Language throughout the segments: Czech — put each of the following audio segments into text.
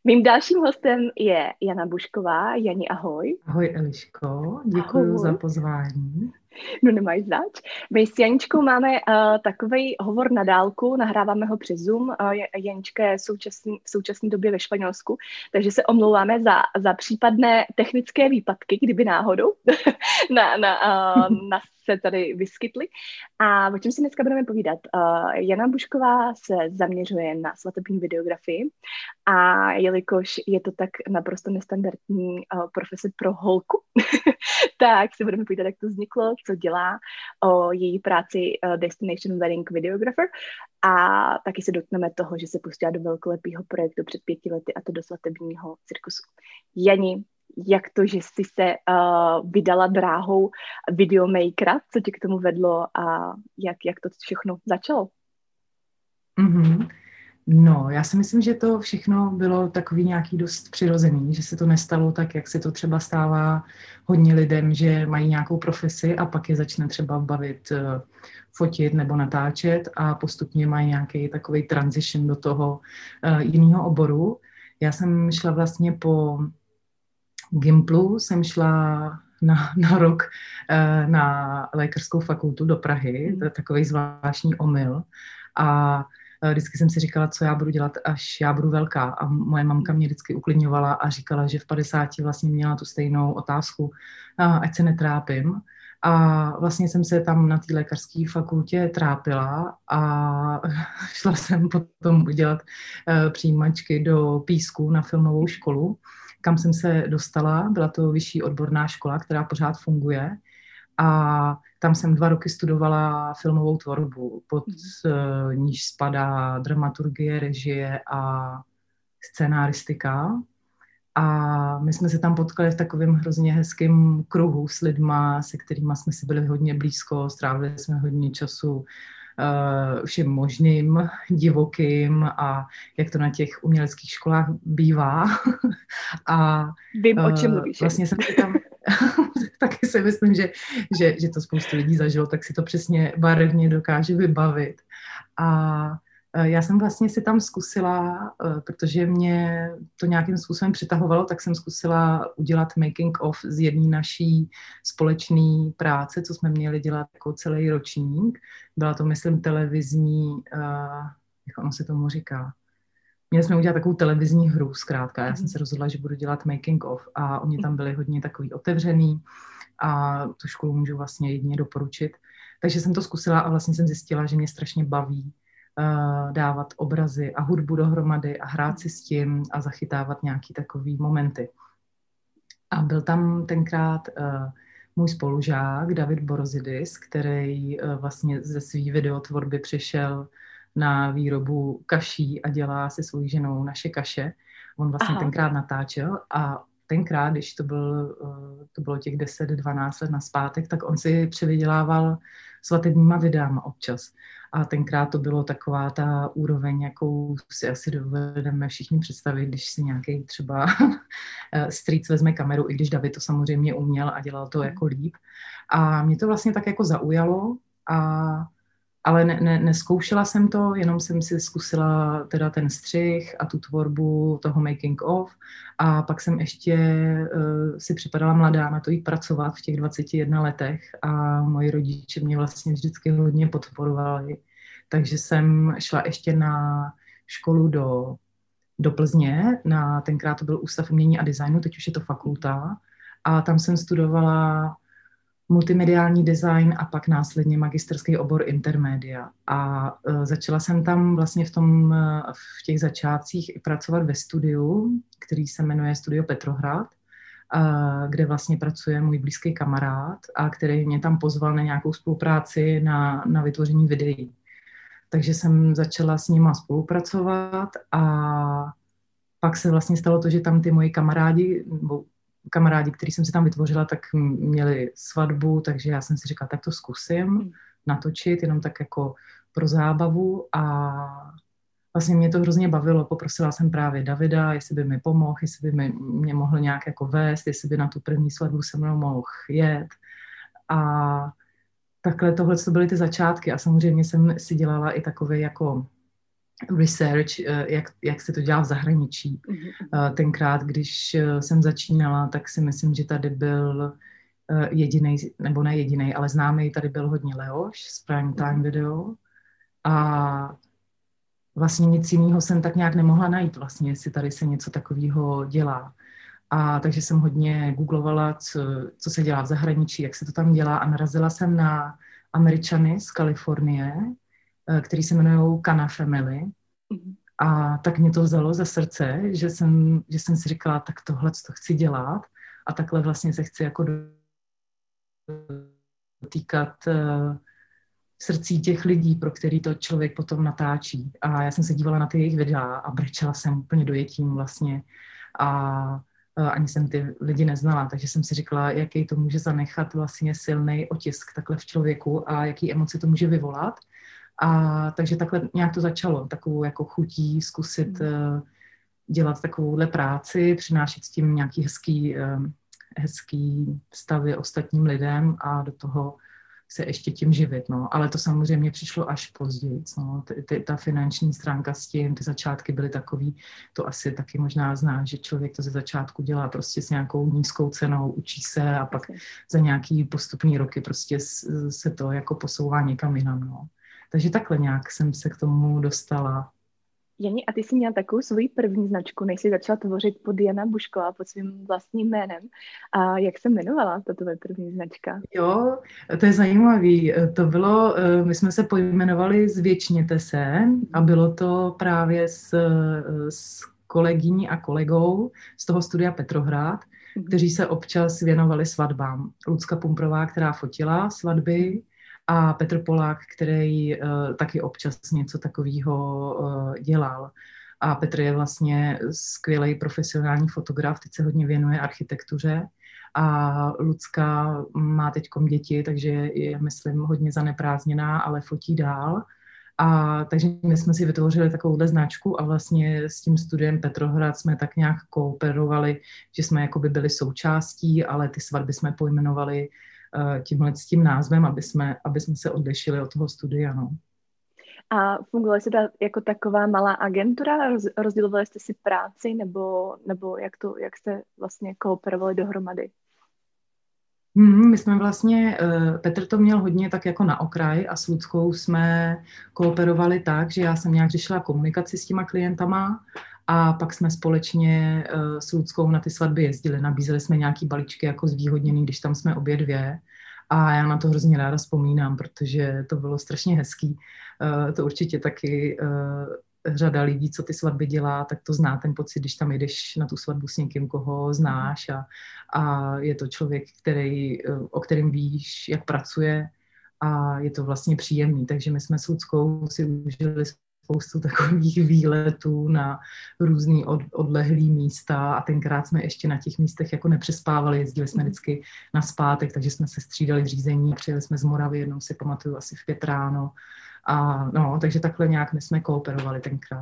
Mým dalším hostem je Jana Bušková. Jani, ahoj. Ahoj Eliško, děkuji za Ahoj. pozvání. No nemáš zač. My s Janičkou máme takový hovor na dálku, nahráváme ho přes Zoom. Janička je v současné době ve Španělsku, takže se omlouváme za případné technické výpadky, kdyby náhodou na se tady vyskytly. A o čem si dneska budeme povídat? Jana Bušková se zaměřuje na svatební videografii a jelikož je to tak naprosto nestandardní profese pro holku, tak si budeme povídat, jak to vzniklo, co dělá, o její práci Destination Wedding Videographer a taky se dotkneme toho, že se pustila do velkolepého projektu před 5 lety a to do svatebního cirkusu. Jani, jak to, že jsi se vydala dráhou videomakera, co tě k tomu vedlo a jak to všechno začalo? Mm-hmm. No, já si myslím, že to všechno bylo takový nějaký dost přirozený, že se to nestalo tak, jak se to třeba stává hodně lidem, že mají nějakou profesi a pak je začne třeba bavit fotit nebo natáčet a postupně mají nějaký takový transition do toho jiného oboru. Já jsem šla vlastně po Gimplu, jsem šla na rok na lékařskou fakultu do Prahy, to je takový zvláštní omyl a vždycky jsem si říkala, co já budu dělat, až já budu velká. A moje mamka mě vždycky uklidňovala a říkala, že v 50 vlastně měla tu stejnou otázku, ať se netrápím. A vlastně jsem se tam na té lékařské fakultě trápila a šla jsem potom udělat přijímačky do Písku na filmovou školu, kam jsem se dostala. Byla to vyšší odborná škola, která pořád funguje. A tam jsem 2 roky studovala filmovou tvorbu, pod níž spadá dramaturgie, režie a scenáristika. A my jsme se tam potkali v takovém hrozně hezkém kruhu s lidma, se kterými jsme si byli hodně blízko, strávili jsme hodně času všem možným, divokým a jak to na těch uměleckých školách bývá. A vím, o čem mluvíš. Vlastně jsem si tam taky si myslím, že to spoustu lidí zažilo, tak si to přesně barevně dokáže vybavit. A já jsem vlastně si tam zkusila, protože mě to nějakým způsobem přitahovalo, tak jsem zkusila udělat making of z jedné naší společné práce, co jsme měli dělat jako celý ročník. Byla to, myslím, televizní, jak ono se tomu říká, měli jsme udělat takovou televizní hru zkrátka. Já jsem se rozhodla, že budu dělat making of a oni tam byli hodně takový otevřený a tu školu můžu vlastně jedině doporučit. Takže jsem to zkusila a vlastně jsem zjistila, že mě strašně baví dávat obrazy a hudbu dohromady a hrát si s tím a zachytávat nějaký takový momenty. A byl tam tenkrát můj spolužák David Borozidis, který vlastně ze svý videotvorby přišel na výrobu kaší a dělá se svojí ženou naše kaše. On vlastně tenkrát natáčel a tenkrát, když to bylo těch 10-12 let nazpátek, tak on si přivydělával svatebníma videama občas. A tenkrát to bylo taková ta úroveň, jakou si asi dovedeme všichni představit, když si nějaký třeba strýc vezme kameru, i když David to samozřejmě uměl a dělal to jako líp. A mě to vlastně tak jako zaujalo, ale neskoušela jsem to, jenom jsem si zkusila teda ten střih a tu tvorbu toho making of a pak jsem ještě si připadala mladá na to jít pracovat v těch 21 letech a moji rodiče mě vlastně vždycky hodně podporovali. Takže jsem šla ještě na školu do Plzně, tenkrát to byl Ústav umění a designu, teď už je to fakulta a tam jsem studovala multimediální design a pak následně magisterský obor intermédia. A začala jsem tam vlastně v těch začátcích i pracovat ve studiu, který se jmenuje Studio Petrohrad, kde vlastně pracuje můj blízký kamarád a který mě tam pozval na nějakou spolupráci na vytvoření videí. Takže jsem začala s nima spolupracovat a pak se vlastně stalo to, že tam ty moji kamarádi, který jsem si tam vytvořila, tak měli svatbu, takže já jsem si říkala, tak to zkusím natočit, jenom tak jako pro zábavu a vlastně mě to hrozně bavilo. Poprosila jsem právě Davida, jestli by mi pomohl, jestli by mě mohl nějak jako vést, jestli by na tu první svatbu se mnou mohl jet a takhle tohle to byly ty začátky a samozřejmě jsem si dělala i takový jako research, jak se to dělá v zahraničí. Tenkrát, když jsem začínala, tak si myslím, že tady byl jedinej, nebo ne jedinej, ale známý tady byl hodně Leoš z Prime Time Video a vlastně nic jiného jsem tak nějak nemohla najít vlastně, jestli tady se něco takového dělá. A takže jsem hodně googlovala, co se dělá v zahraničí, jak se to tam dělá a narazila jsem na Američany z Kalifornie, který se jmenují Kana Family. A tak mě to vzalo za srdce, že jsem si říkala, tak tohle to chci dělat a takhle vlastně se chci jako dotýkat srdcí těch lidí, pro který to člověk potom natáčí. A já jsem se dívala na ty jejich videa a brečela jsem úplně dojetím vlastně. A ani jsem ty lidi neznala, takže jsem si říkala, jaký to může zanechat vlastně silný otisk takhle v člověku a jaký emoce to může vyvolat. A takže takhle nějak to začalo, takovou jako chutí zkusit dělat takovouhle práci, přinášet s tím nějaký hezký stavy ostatním lidem a do toho se ještě tím živit, no. Ale to samozřejmě přišlo až později, no. Ta finanční stránka s tím, ty začátky byly takový, to asi taky možná znáš, že člověk to ze začátku dělá prostě s nějakou nízkou cenou, učí se a pak za nějaký postupný roky prostě se to jako posouvá někam jinam, no. Takže takhle nějak jsem se k tomu dostala. Jani, a ty jsi měla takovou svoji první značku, než jsi začala tvořit pod Jana Bušková, pod svým vlastním jménem. A jak se jmenovala ta tvoje první značka? Jo, to je zajímavý. To bylo, my jsme se pojmenovali Zvěčněte se a bylo to právě s kolegyní a kolegou z toho studia Petrohrad, kteří se občas věnovali svatbám. Lucka Pumprová, která fotila svatby, a Petr Polák, který taky občas něco takového dělal. A Petr je vlastně skvělý profesionální fotograf, teď se hodně věnuje architektuře a Lucka má teďkom děti, takže je, myslím, hodně zaneprázdněná, ale fotí dál. A takže my jsme si vytvořili takovouhle značku a vlastně s tím studiem Petrohrad jsme tak nějak kooperovali, že jsme jakoby byli součástí, ale ty svatby jsme pojmenovali s tím názvem, aby jsme se odlišili od toho studia, no. A fungovala jste jako taková malá agentura? Rozdělovali jste si práci nebo jak jste vlastně kooperovali dohromady? My jsme vlastně, Petr to měl hodně tak jako na okraj a s Luckou jsme kooperovali tak, že já jsem nějak řešila komunikaci s těma klientama a pak jsme společně s Luckou na ty svatby jezdili. Nabízeli jsme nějaký balíčky jako zvýhodněný, když tam jsme obě dvě. A já na to hrozně ráda vzpomínám, protože to bylo strašně hezký. To určitě taky řada lidí, co ty svatby dělá, tak to zná ten pocit, když tam jdeš na tu svatbu s někým, koho znáš a je to člověk, o kterém víš, jak pracuje a je to vlastně příjemný. Takže my jsme s Luckou si užili spoustu takových výletů na různý odlehlý místa a tenkrát jsme ještě na těch místech jako nepřespávali, jezdili jsme vždycky na zpátek, takže jsme se střídali v řízení, přijeli jsme z Moravy, jednou si pamatuju asi v 5 ráno a no, takže takhle nějak my jsme kooperovali tenkrát.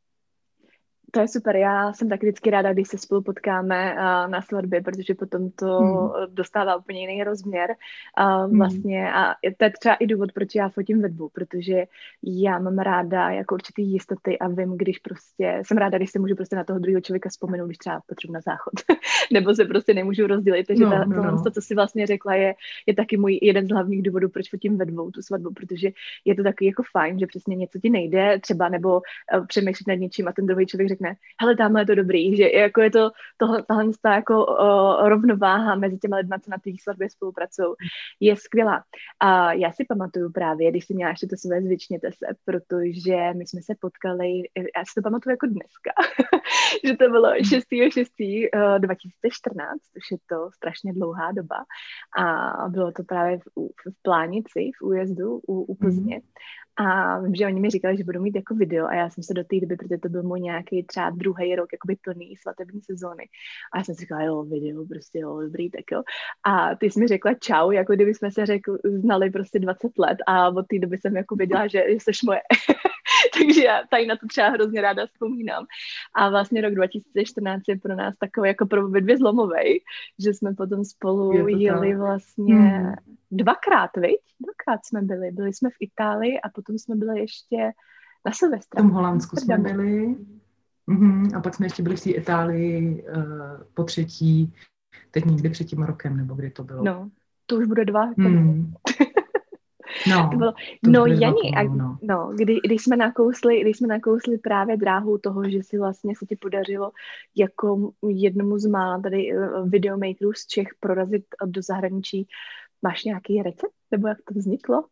To je super, já jsem taky vždycky ráda, když se spolu potkáme na svatbě, protože potom to dostává úplně jiný rozměr vlastně a to je třeba i důvod, proč já fotím vedbu, protože já mám ráda jako určitý jistoty a vím, když prostě, jsem ráda, když se můžu prostě na toho druhého člověka vzpomenout, když třeba potřebuji na záchod, nebo se prostě nemůžu rozdělit, takže to, co jsi vlastně řekla, je taky můj jeden z hlavních důvodů, proč fotím vedbou tu svatbu, protože je to taky jako fajn, že přesně něco ti nejde třeba, nebo přemýšlet nad něčím a ten druhý člověk řekne, hele, tamhle je to dobrý, že jako je to tahle jako rovnováha mezi těma lidma, co na té svatbě spolupracují, je skvělá. A já si pamatuju právě, když jsi měla ještě to své Zvěčněte se, protože my jsme se potkali, já si to pamatuju jako dneska, že to bylo 6.6.2014, což je to strašně dlouhá doba a bylo to právě v Plánici, v újezdu u Plzně. A vím, že oni mi říkali, že budou mít jako video a já jsem se do té doby, protože to byl můj nějaký třeba druhý rok jakoby plný svatební sezóny. A já jsem si říkala, jo, video, prostě jo, dobrý, tak jo. A ty jsi mi řekla čau, jako kdyby jsme se znali prostě 20 let a od té doby jsem jako věděla, že jsi moje. Takže já tady na to třeba hrozně ráda vzpomínám. A vlastně rok 2014 je pro nás takový jako pro obě dvě zlomovej, že jsme potom spolu jeli vlastně dvakrát jsme byli. Byli jsme v Itálii a potom jsme byli ještě Na V Silvestra. tom Holandsku jsme byli. A pak jsme ještě byli v té Itálii po třetí, teď někdy před tím rokem, nebo kdy to bylo. No, to už bude 2. No, to bylo, to už no bude Jani, pomalu, no. Když jsme nakousli právě dráhu toho, že si vlastně se ti podařilo jako jednomu z mála tady videomakerů z Čech prorazit do zahraničí, máš nějaký recept? Nebo jak to vzniklo?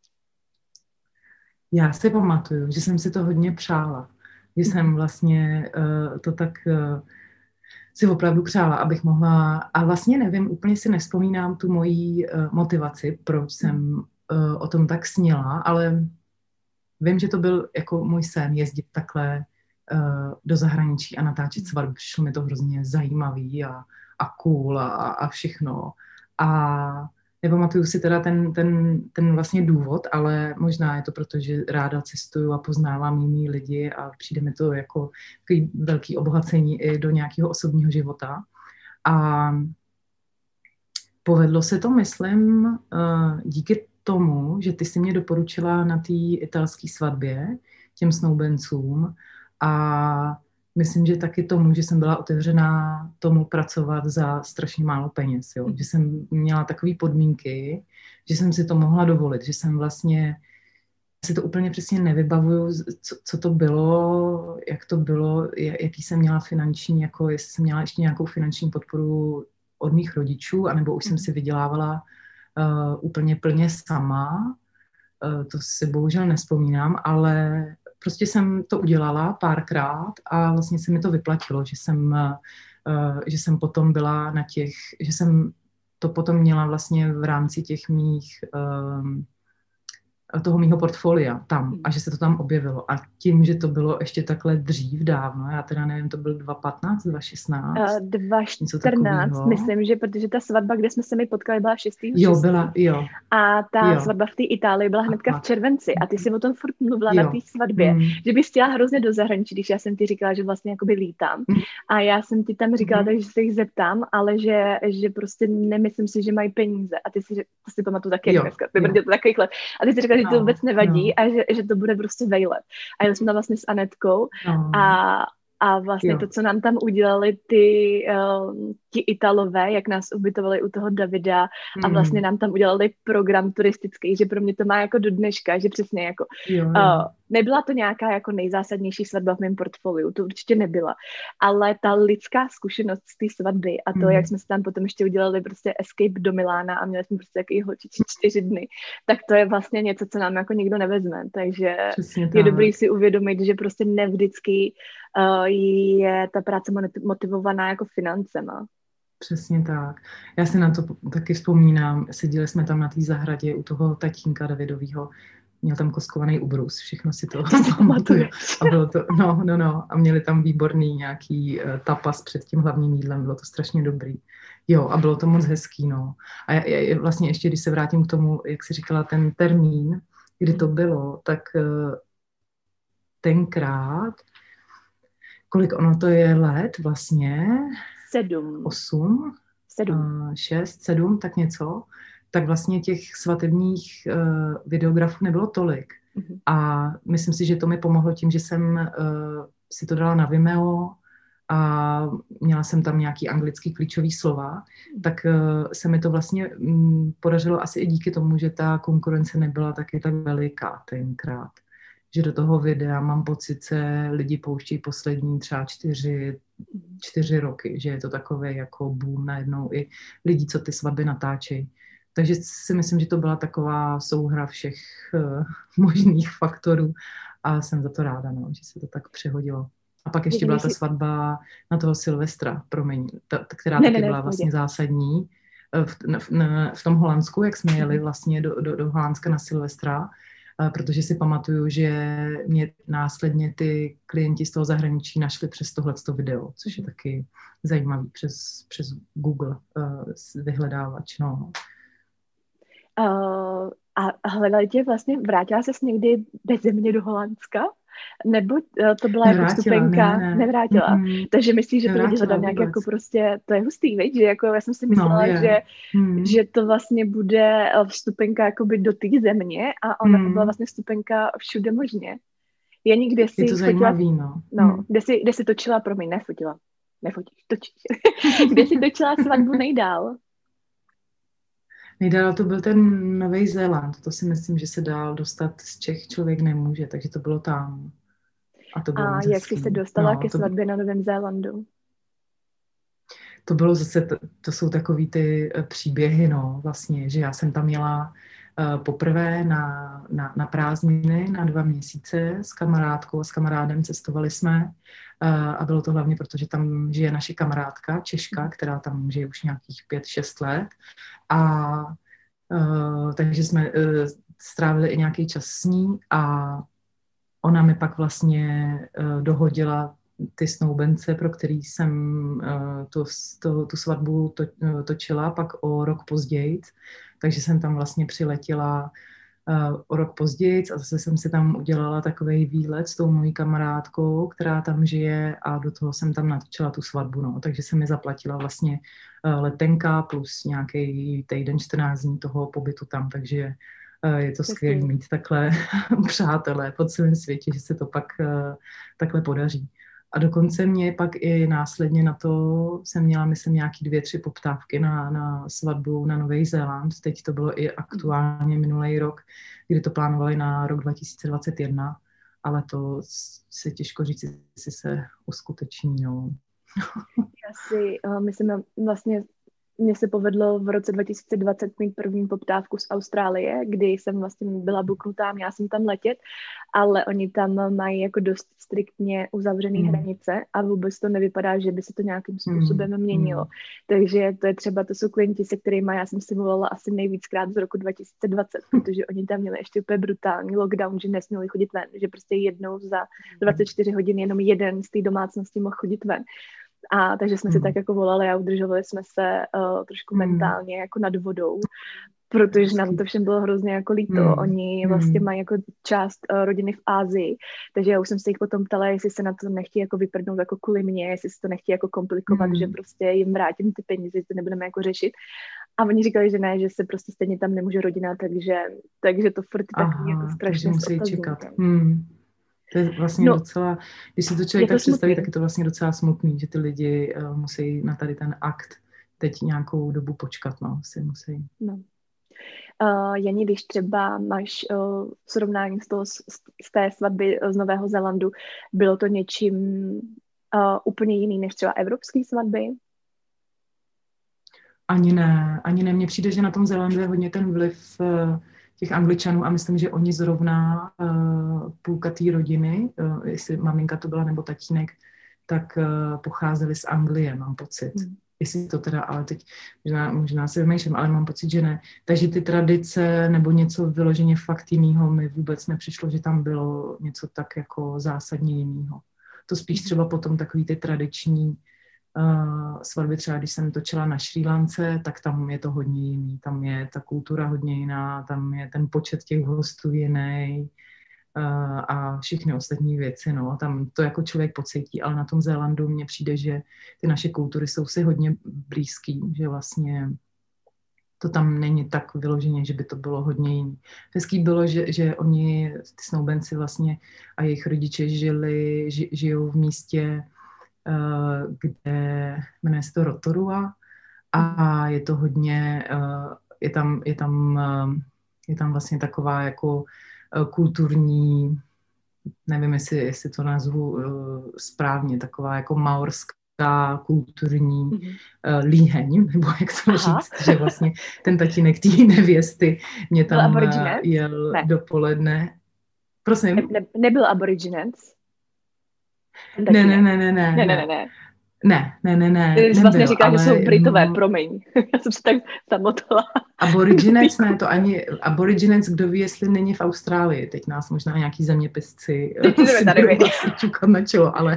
Já si pamatuju, že jsem si to hodně přála. Že jsem vlastně to tak si opravdu přála, abych mohla, a vlastně nevím, úplně si nevzpomínám tu moji motivaci, proč jsem o tom tak snila, ale vím, že to byl jako můj sen jezdit takhle do zahraničí a natáčet svatbu. Přišlo mi to hrozně zajímavý a cool a všechno. A nepamatuju si teda ten vlastně důvod, ale možná je to proto, že ráda cestuju a poznávám jiný lidi a přijde mi to jako takový velký obohacení i do nějakého osobního života. A povedlo se to, myslím, díky tomu, že ty jsi mě doporučila na té italské svatbě těm snoubencům a myslím, že taky tomu, že jsem byla otevřená tomu pracovat za strašně málo peněz, jo? Že jsem měla takové podmínky, že jsem si to mohla dovolit, že jsem vlastně si to úplně přesně nevybavuju, co to bylo, jak to bylo, jaký jsem měla finanční, jako jestli jsem měla ještě nějakou finanční podporu od mých rodičů, anebo už jsem si vydělávala úplně plně sama. To si bohužel nevzpomínám, ale prostě jsem to udělala párkrát a vlastně se mi to vyplatilo, že jsem potom byla na těch, že jsem to potom měla vlastně v rámci těch toho mýho portfolia tam a že se to tam objevilo. A tím, že to bylo ještě takhle dřív dávno, já teda nevím, to byl 2015, 2016? 2014, myslím, že protože ta svatba, kde jsme se mi potkali, byla 6. Jo, byla, jo. A ta svatba v té Itálii byla hnedka v červenci a ty si o tom furt mluvila na té svatbě, že bys chtěla hrozně do zahraničí, když já jsem ti říkala, že vlastně jakoby lítám. A já jsem ti tam říkala, takže se jich zeptám, ale že prostě nemyslím si, že mají peníze. A ty si pamatuju taky dneska, ty to takových let. A ty si říkala, že to vůbec nevadí a že to bude prostě vejlet. A jeli jsme tam vlastně s Anetkou a vlastně to, co nám tam udělali ti Italové, jak nás ubytovali u toho Davida a vlastně nám tam udělali program turistický, že pro mě to má jako do dneška, že přesně jako nebyla to nějaká jako nejzásadnější svatba v mém portfoliu, to určitě nebyla, ale ta lidská zkušenost z té svatby a to, jak jsme se tam potom ještě udělali prostě escape do Milána a měli jsme prostě takový holčičí 4 dny, tak to je vlastně něco, co nám jako nikdo nevezme, takže je dobrý si uvědomit, že prostě nevždycky je ta práce motivovaná jako financema. Přesně tak. Já si na to taky vzpomínám. Seděli jsme tam na té zahradě u toho tatínka Davidovýho. Měl tam koskovaný ubrus, všechno si to pamatuju. A bylo to, a měli tam výborný nějaký tapas před tím hlavním jídlem. Bylo to strašně dobrý. Jo, a bylo to moc hezký, no. A já vlastně ještě, když se vrátím k tomu, jak jsi říkala, ten termín, kdy to bylo, tak tenkrát, kolik ono to je let vlastně? 7. 8? 6, 7, tak něco. Tak vlastně těch svatebních videografů nebylo tolik. A myslím si, že to mi pomohlo tím, že jsem si to dala na Vimeo a měla jsem tam nějaký anglický klíčový slova, tak se mi to vlastně podařilo asi i díky tomu, že ta konkurence nebyla taky tak veliká tenkrát. Že do toho videa mám pocit, se lidi pouštějí poslední třeba 4 roky, že je to takové jako boom najednou i lidí, co ty svatby natáčejí. Takže si myslím, že to byla taková souhra všech možných faktorů a jsem za to ráda, no, že se to tak přehodilo. A pak ještě byla ta svatba na toho Silvestra, promiň, která taky byla vlastně zásadní v tom Holandsku, jak jsme jeli vlastně do Holandska na Silvestra, protože si pamatuju, že mě následně ty klienti z toho zahraničí našli přes tohleto video, což je taky zajímavý přes Google vyhledávač, no. A hledali tě vlastně, vrátila ses někdy beze mě do Holandska? Nebo to byla jako vstupenka? Nevrátila. Takže myslíš, že to lidi hledali nějak jako prostě, to je hustý, veď? Že jako já jsem si myslela, že to vlastně bude vstupenka jakoby do té země a ona to byla vlastně vstupenka všude možně. Jani, kde Je jsi to fotila, zajímavý, no. no, kde jsi točila, promiň, nefotíš, točíš. Kde jsi točila svatbu nejdál? Nejdál to byl ten Nový Zéland, to si myslím, že se dál dostat z Čech člověk nemůže, takže to bylo tam. A to bylo A moc jak jsi hezký. se dostala ke svatbě na Novém Zélandu? To bylo zase, to jsou takový ty příběhy, no, vlastně, že já jsem tam jela poprvé na prázdniny na 2 měsíce s kamarádkou a s kamarádem, cestovali jsme a bylo to hlavně proto, že tam žije naše kamarádka Češka, která tam žije už nějakých 5-6 let a takže jsme strávili i nějaký čas s ní a ona mi pak vlastně dohodila ty snoubence, pro který jsem tu svatbu točila pak o rok později. Takže jsem tam vlastně přiletěla o rok později a zase jsem si tam udělala takovej výlet s tou mojí kamarádkou, která tam žije a do toho jsem tam natočila tu svatbu. No. Takže jsem mi zaplatila vlastně letenka plus nějaký týden, 14 dní toho pobytu tam, takže je to skvělé mít takhle přátelé po celém světě, že se to pak takhle podaří. A dokonce mě pak i následně na to jsem měla, myslím, nějaký 2-3 poptávky na svatbu na Nový Zéland. Teď to bylo i aktuálně minulý rok, kdy to plánovali na rok 2021, ale to se těžko říct, jestli se uskuteční. No. Já si myslím, vlastně mně se povedlo v roce 2020 mít první poptávku z Austrálie, kdy jsem vlastně byla buknutá, měla jsem tam letět, ale oni tam mají jako dost striktně uzavřený hranice a vůbec to nevypadá, že by se to nějakým způsobem měnilo. Takže to jsou klienti, se kterými já jsem si volala asi nejvíckrát z roku 2020, protože oni tam měli ještě úplně brutální lockdown, že nesměli chodit ven, že prostě jednou za 24 hodin jenom jeden z té domácnosti mohl chodit ven. A takže jsme si tak jako volali a udržovali jsme se trošku mentálně jako nad vodou, protože nám to všem bylo hrozně jako líto. Oni vlastně mají jako část rodiny v Ázii, takže já už jsem se jich potom ptala, jestli se na to nechtějí jako vyprdnout jako kvůli mě, jestli se to nechtějí jako komplikovat, že prostě jim vrátím ty peníze, že to nebudeme jako řešit. A oni říkali, že ne, že se prostě stejně tam nemůže rodina, takže to furt taky jako strašně musí čekat. To je vlastně docela, když si to člověk tak představí, tak je to vlastně docela smutný, že ty lidi musí na tady ten akt teď nějakou dobu počkat, no, si musí. No. Jani, když třeba máš srovnání z té svatby z Nového Zélandu, bylo to něčím úplně jiný než třeba evropský svatby? Ani ne. Mně přijde, že na tom Zélandu je hodně ten vliv těch Angličanů a myslím, že oni zrovna půlka té rodiny, jestli maminka to byla nebo tatínek, tak pocházeli z Anglie, mám pocit. Jestli to teda, ale teď možná se vymýšlím, ale mám pocit, že ne. Takže ty tradice nebo něco vyloženě fakt jinýho mi vůbec nepřišlo, že tam bylo něco tak jako zásadně jinýho. To spíš třeba potom takový ty tradiční svatby, třeba když jsem točila na Srí Lance, tak tam je to hodně jiný, tam je ta kultura hodně jiná, tam je ten počet těch hostů jiný a všechny ostatní věci, no, tam to jako člověk pocítí, ale na tom Zélandu mně přijde, že ty naše kultury jsou si hodně blízký, že vlastně to tam není tak vyloženě, že by to bylo hodně jiný. Hezký bylo, že oni, ty snoubenci vlastně a jejich rodiče žijou v místě, kde jmenuje se to Rotorua a je to hodně, je tam vlastně taková jako kulturní, nevím, jestli to nazvu správně, taková jako maorská kulturní líheň, nebo jak to říct, že vlastně ten tatínek té nevěsty mě tam jel dopoledne. Prosím? Nebyl Aborigines? Ne. Ty jsi vlastně říkala, že jsou Britové, promiň. Já jsem se tak zamotala. Aboriginec, ne, to ani Aboriginec, kdo ví, jestli není v Austrálii. Teď nás možná nějaký zeměpisci si budou vlastně čukat na čelo, ale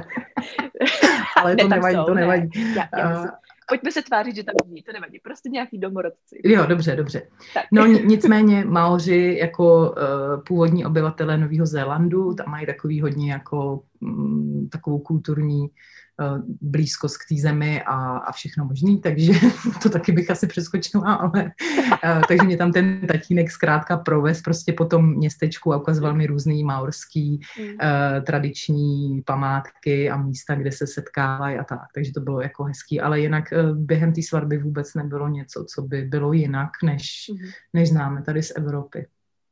to nevadí. Pojďme se tvářit, že tam není, to nevadí, prostě nějaký domorodci. Jo, dobře. Tak. No nicméně Maoři jako původní obyvatelé Nového Zélandu, tam mají takový hodně jako takovou kulturní blízkost k té zemi a všechno možný, takže to taky bych asi přeskočila, ale takže mě tam ten tatínek zkrátka provez prostě po tom městečku a ukazoval mi různý maorský tradiční památky a místa, kde se setkávají a tak, takže to bylo jako hezký, ale jinak během té svatby vůbec nebylo něco, co by bylo jinak, než známe tady z Evropy.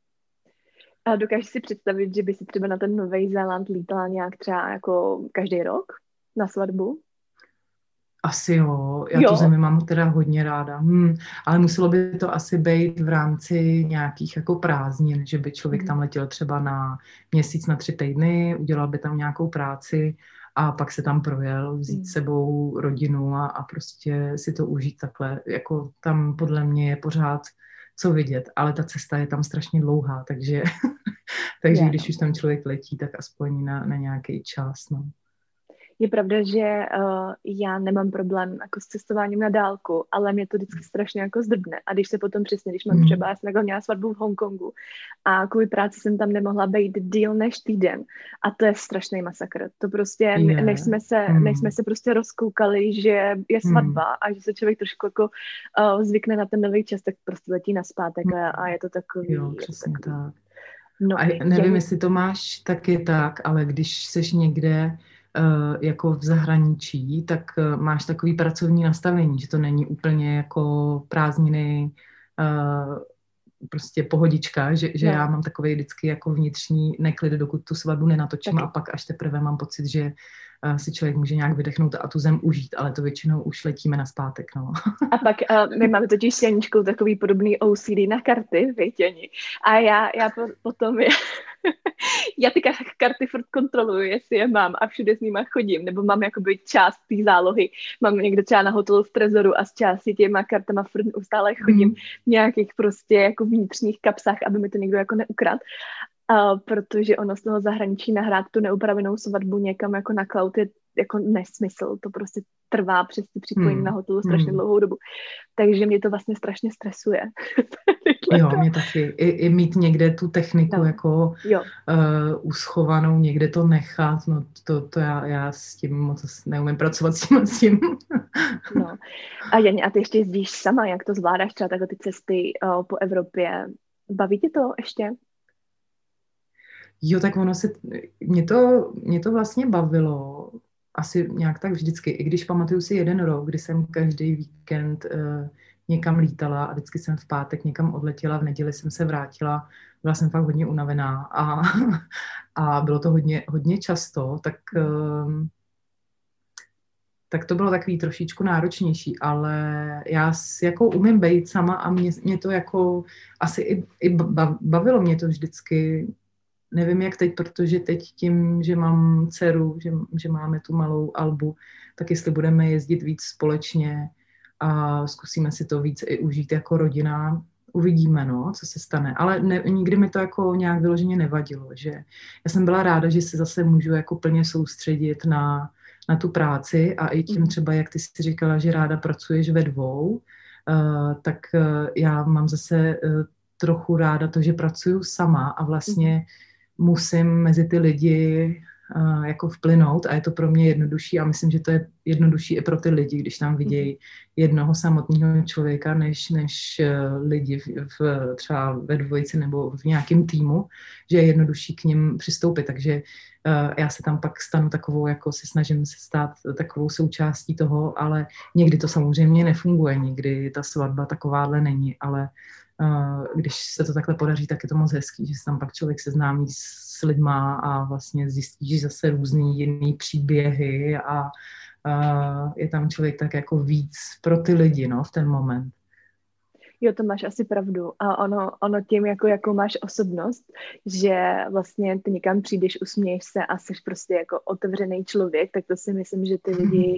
A dokážeš si představit, že by si třeba na ten Nový Zéland lítala nějak třeba jako každý rok na svatbu? Asi jo, já tu zemi mám teda hodně ráda, ale muselo by to asi být v rámci nějakých jako prázdnin, že by člověk tam letěl třeba na měsíc, na 3 týdny, udělal by tam nějakou práci a pak se tam projel, vzít sebou rodinu a prostě si to užít takhle, jako tam podle mě je pořád co vidět, ale ta cesta je tam strašně dlouhá, takže když už tam člověk letí, tak aspoň na nějaký čas, no. Je pravda, že já nemám problém jako s cestováním na dálku, ale mě to vždycky strašně jako zdrbne. A když se potom přesně, když mám třeba, já jsem jako měla svatbu v Hongkongu a kvůli práci jsem tam nemohla být díl než týden. A to je strašný masakr. To prostě, než jsme se prostě rozkoukali, že je svatba a že se člověk trošku jako zvykne na ten nový čas, tak prostě letí nazpátek a je to takový. Jo, přesně tak. No, a nevím, jestli to máš taky tak, ale když seš někde jako v zahraničí, tak máš takový pracovní nastavení, že to není úplně jako prázdniny, prostě pohodička, že já mám takový vždycky jako vnitřní neklid, dokud tu svatbu nenatočím a pak až teprve mám pocit, že si člověk může nějak vydechnout a tu zem užít, ale to většinou už letíme nazpátek, no. A pak my máme totiž s Janičkou takový podobný OCD na karty, víš, Jani. A já potom já ty karty furt kontroluju, jestli je mám a všude s nima chodím, nebo mám jakoby část té zálohy, mám někde třeba na hotelu v Trezoru a z části těma kartama furt ustále chodím v nějakých prostě jako vnitřních kapsách, aby mi to někdo jako neukradl. Protože ono z toho zahraničí nahrát tu neupravenou svatbu někam jako na cloud je jako nesmysl, to prostě trvá přes ty připojení na hotelu strašně dlouhou dobu. Takže mě to vlastně strašně stresuje. Jo, mě taky. I mít někde tu techniku jako uschovanou, někde to nechat, no to já s tím moc neumím pracovat s tím. No. A Janě, a ty ještě jezdíš sama, jak to zvládáš třeba takhle ty cesty po Evropě? Baví tě to ještě? Jo, tak mě to vlastně bavilo asi nějak tak vždycky, i když pamatuju si jeden rok, kdy jsem každý víkend někam lítala a vždycky jsem v pátek někam odletěla, v neděli jsem se vrátila, byla jsem fakt hodně unavená a bylo to hodně často, tak to bylo takový trošičku náročnější, ale já jako umím být sama a mě to jako asi i bavilo mě to vždycky. Nevím, jak teď, protože teď tím, že mám dceru, že máme tu malou Albu, tak jestli budeme jezdit víc společně a zkusíme si to víc i užít jako rodina, uvidíme, no, co se stane. Ale nikdy mi to jako nějak vyloženě nevadilo, že já jsem byla ráda, že se zase můžu jako plně soustředit na tu práci a i tím třeba, jak ty jsi říkala, že ráda pracuješ ve dvou, tak já mám zase trochu ráda to, že pracuju sama a vlastně musím mezi ty lidi jako vplynout a je to pro mě jednodušší a myslím, že to je jednodušší i pro ty lidi, když tam vidějí jednoho samotného člověka, než lidi třeba ve dvojici nebo v nějakém týmu, že je jednodušší k nim přistoupit, takže já se tam pak stanu takovou, jako si snažím se stát takovou součástí toho, ale někdy to samozřejmě nefunguje, někdy ta svatba takováhle není, ale když se to takhle podaří, tak je to moc hezký, že se tam pak člověk seznámí s lidma a vlastně zjistí zase různý jiný příběhy a je tam člověk tak jako víc pro ty lidi, no, v ten moment. Jo, to máš asi pravdu. A ono tím, jako máš osobnost, že vlastně ty někam přijdeš, usměješ se a jsi prostě jako otevřený člověk, tak to si myslím, že ty lidi,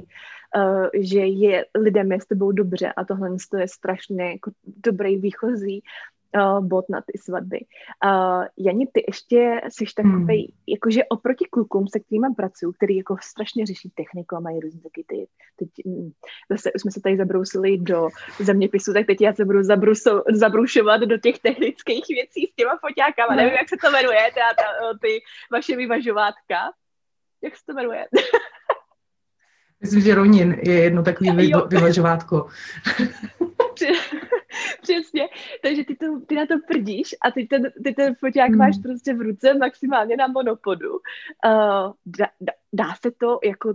že je lidem je s tebou dobře a tohle je strašně jako dobrý výchozí bod na ty svatby. Jani, ty ještě jsi takovej, jakože oproti klukům, se kterýma pracuju, který jako strašně řeší techniku a mají různě taky teď zase už jsme se tady zabrousili do zeměpisu, tak teď já se budu zabrušovat do těch technických věcí s těma foťákama. Nevím, jak se to jmenuje, ty vaše vyvažovátka. Jak se to jmenuje? Myslím, že Ronin je jedno takový vyvažovátko. Přesně, takže ty na to prdíš a ty ten foťák máš prostě v ruce maximálně na monopodu. Dá se to jako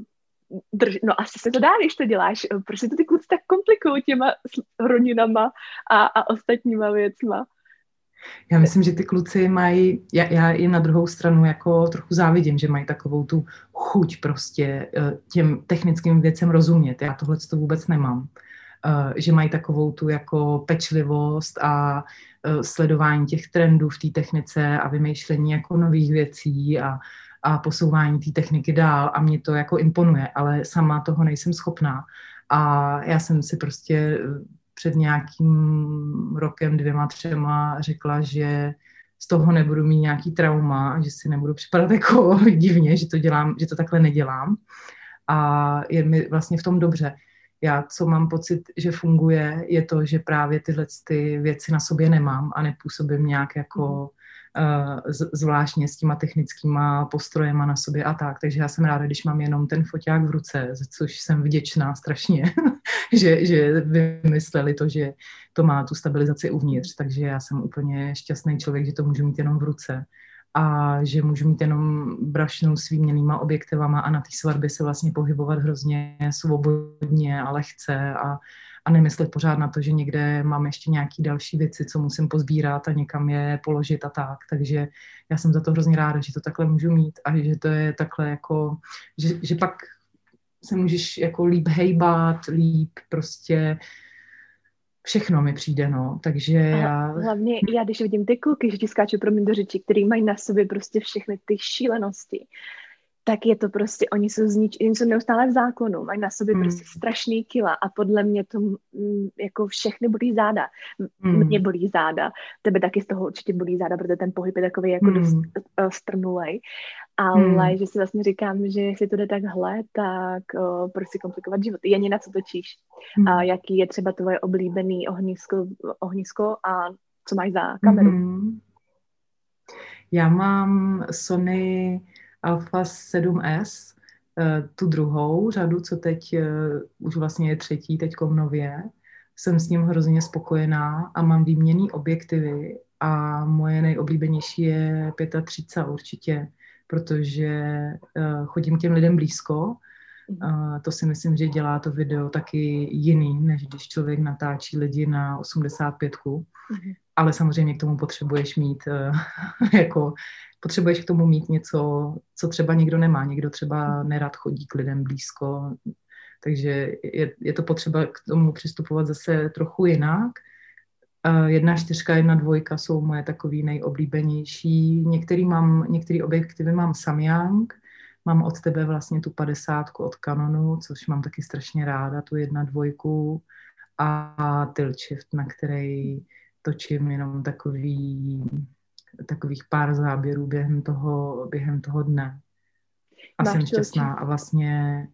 no asi se to dá, když to děláš. Prostě to ty kluci tak komplikují těma roninama a ostatníma věcma. Já myslím, že ty kluci mají, já i na druhou stranu jako trochu závidím, že mají takovou tu chuť prostě těm technickým věcem rozumět. Já tohle to vůbec nemám. Že mají takovou tu jako pečlivost a sledování těch trendů v té technice a vymýšlení jako nových věcí a posouvání té techniky dál a mě to jako imponuje, ale sama toho nejsem schopná. A já jsem si prostě před nějakým rokem, 2, 3 řekla, že z toho nebudu mít nějaký trauma, že si nebudu připadat jako divně, že to dělám, že to takhle nedělám. A je mi vlastně v tom dobře. Já, co mám pocit, že funguje, je to, že právě tyhle ty věci na sobě nemám a nepůsobím nějak jako zvláštně s těma technickýma postrojema na sobě a tak. Takže já jsem ráda, když mám jenom ten foťák v ruce, za což jsem vděčná strašně, že vymysleli to, že to má tu stabilizaci uvnitř. Takže já jsem úplně šťastný člověk, že to můžu mít jenom v ruce a že můžu mít jenom brašnu s výměnnýma objektivama a na té svatbě se vlastně pohybovat hrozně svobodně a lehce a nemyslet pořád na to, že někde mám ještě nějaký další věci, co musím pozbírat a někam je položit a tak. Takže já jsem za to hrozně ráda, že to takhle můžu mít a že to je takhle jako, že pak se můžeš jako líp hejbat, líp prostě všechno mi přijde, no, takže já... Hlavně já, když vidím ty kluky, že ti skáčou pro mě do řeči, který mají na sobě prostě všechny ty šílenosti, tak je to prostě, oni jsou neustále v zákonu, mají na sobě prostě strašný kila a podle mě to jako všechny bolí záda. Mě bolí záda, tebe taky z toho určitě bolí záda, protože ten pohyb je takový jako dost strnulej, ale že si vlastně říkám, že jestli to jde takhle, tak proč si komplikovat život. Jen na co točíš. A jaký je třeba tvoje oblíbený ohnisko a co máš za kameru? Já mám Sony Alpha 7S, tu druhou řadu, co teď už vlastně je 3. teďkom nově. Jsem s ním hrozně spokojená a mám výměnný objektivy a moje nejoblíbenější je 35 určitě, protože chodím k těm lidem blízko. To si myslím, že dělá to video taky jiný, než když člověk natáčí lidi na 85. Ale samozřejmě k tomu potřebuješ mít potřebuješ k tomu mít něco, co třeba někdo nemá. Někdo třeba nerad chodí k lidem blízko, takže je to potřeba k tomu přistupovat zase trochu jinak. 1.4, 1.2 jsou moje takový nejoblíbenější. Některé objektivy mám Samyang, mám od tebe vlastně tu 50 od Canonu, což mám taky strašně ráda, tu 1.2 a tilt shift, na který točím jenom takových pár záběrů během toho dne. A jsem šťastná a vlastně...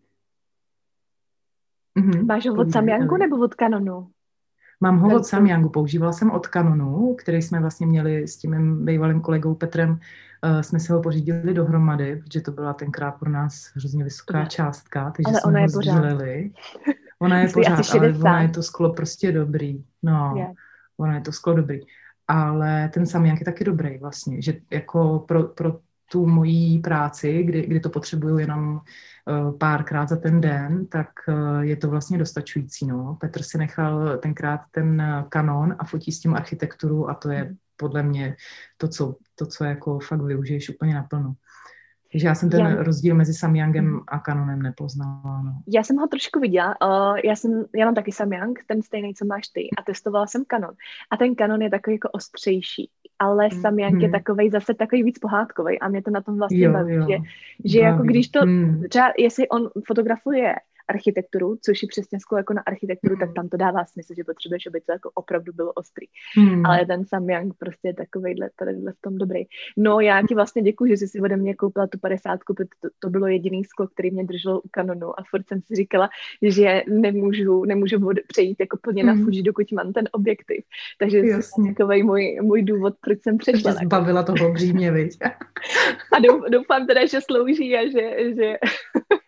Máš ho od Samyangu nebo od Canonu? Mám ho od Samyangu, používala jsem od Canonu, který jsme vlastně měli s tím mým bývalým kolegou Petrem, jsme se ho pořídili dohromady, protože to byla tenkrát pro nás hrozně vysoká částka, takže ale jsme ho sdíleli. Ona je pořád, ale ona je to sklo prostě dobrý. No, ona je to sklo dobrý. Ale ten Samyang je taky dobrý vlastně, že jako pro tu mojí práci, kdy to potřebuju jenom párkrát za ten den, tak je to vlastně dostačující. No. Petr si nechal tenkrát ten Canon a fotí s tím architekturu a to je podle mě to, co jako fakt využiješ úplně naplno. Takže já jsem ten rozdíl mezi Samyangem a Canonem nepoznala. No. Já jsem ho trošku viděla. Já mám taky Samyang, ten stejný, co máš ty. A testovala jsem Canon. A ten Canon je takový jako ostřejší. Ale Samyang je zase takový víc pohádkový. A mě to na tom vlastně baví. Že jako když to, třeba jestli on fotografuje architектuru, což je přesně sklo jako na architekturu, tak tam to dává smysl, že potřebuješ, aby to jako opravdu bylo ostrý. Ale ten Samyang prostě je takovejhle v tom dobrý. No já ti vlastně děkuji, že jsi si ode mě koupila tu 50, protože to bylo jediný sklo, který mě drželo u Canonu a furt jsem si říkala, že nemůžu přejít jako plně na Fuji, dokud mám ten objektiv. Takže je takovej můj důvod, proč jsem přešla. Jsi zbavila toho břímě, viď? A doufám teda, že slouží a že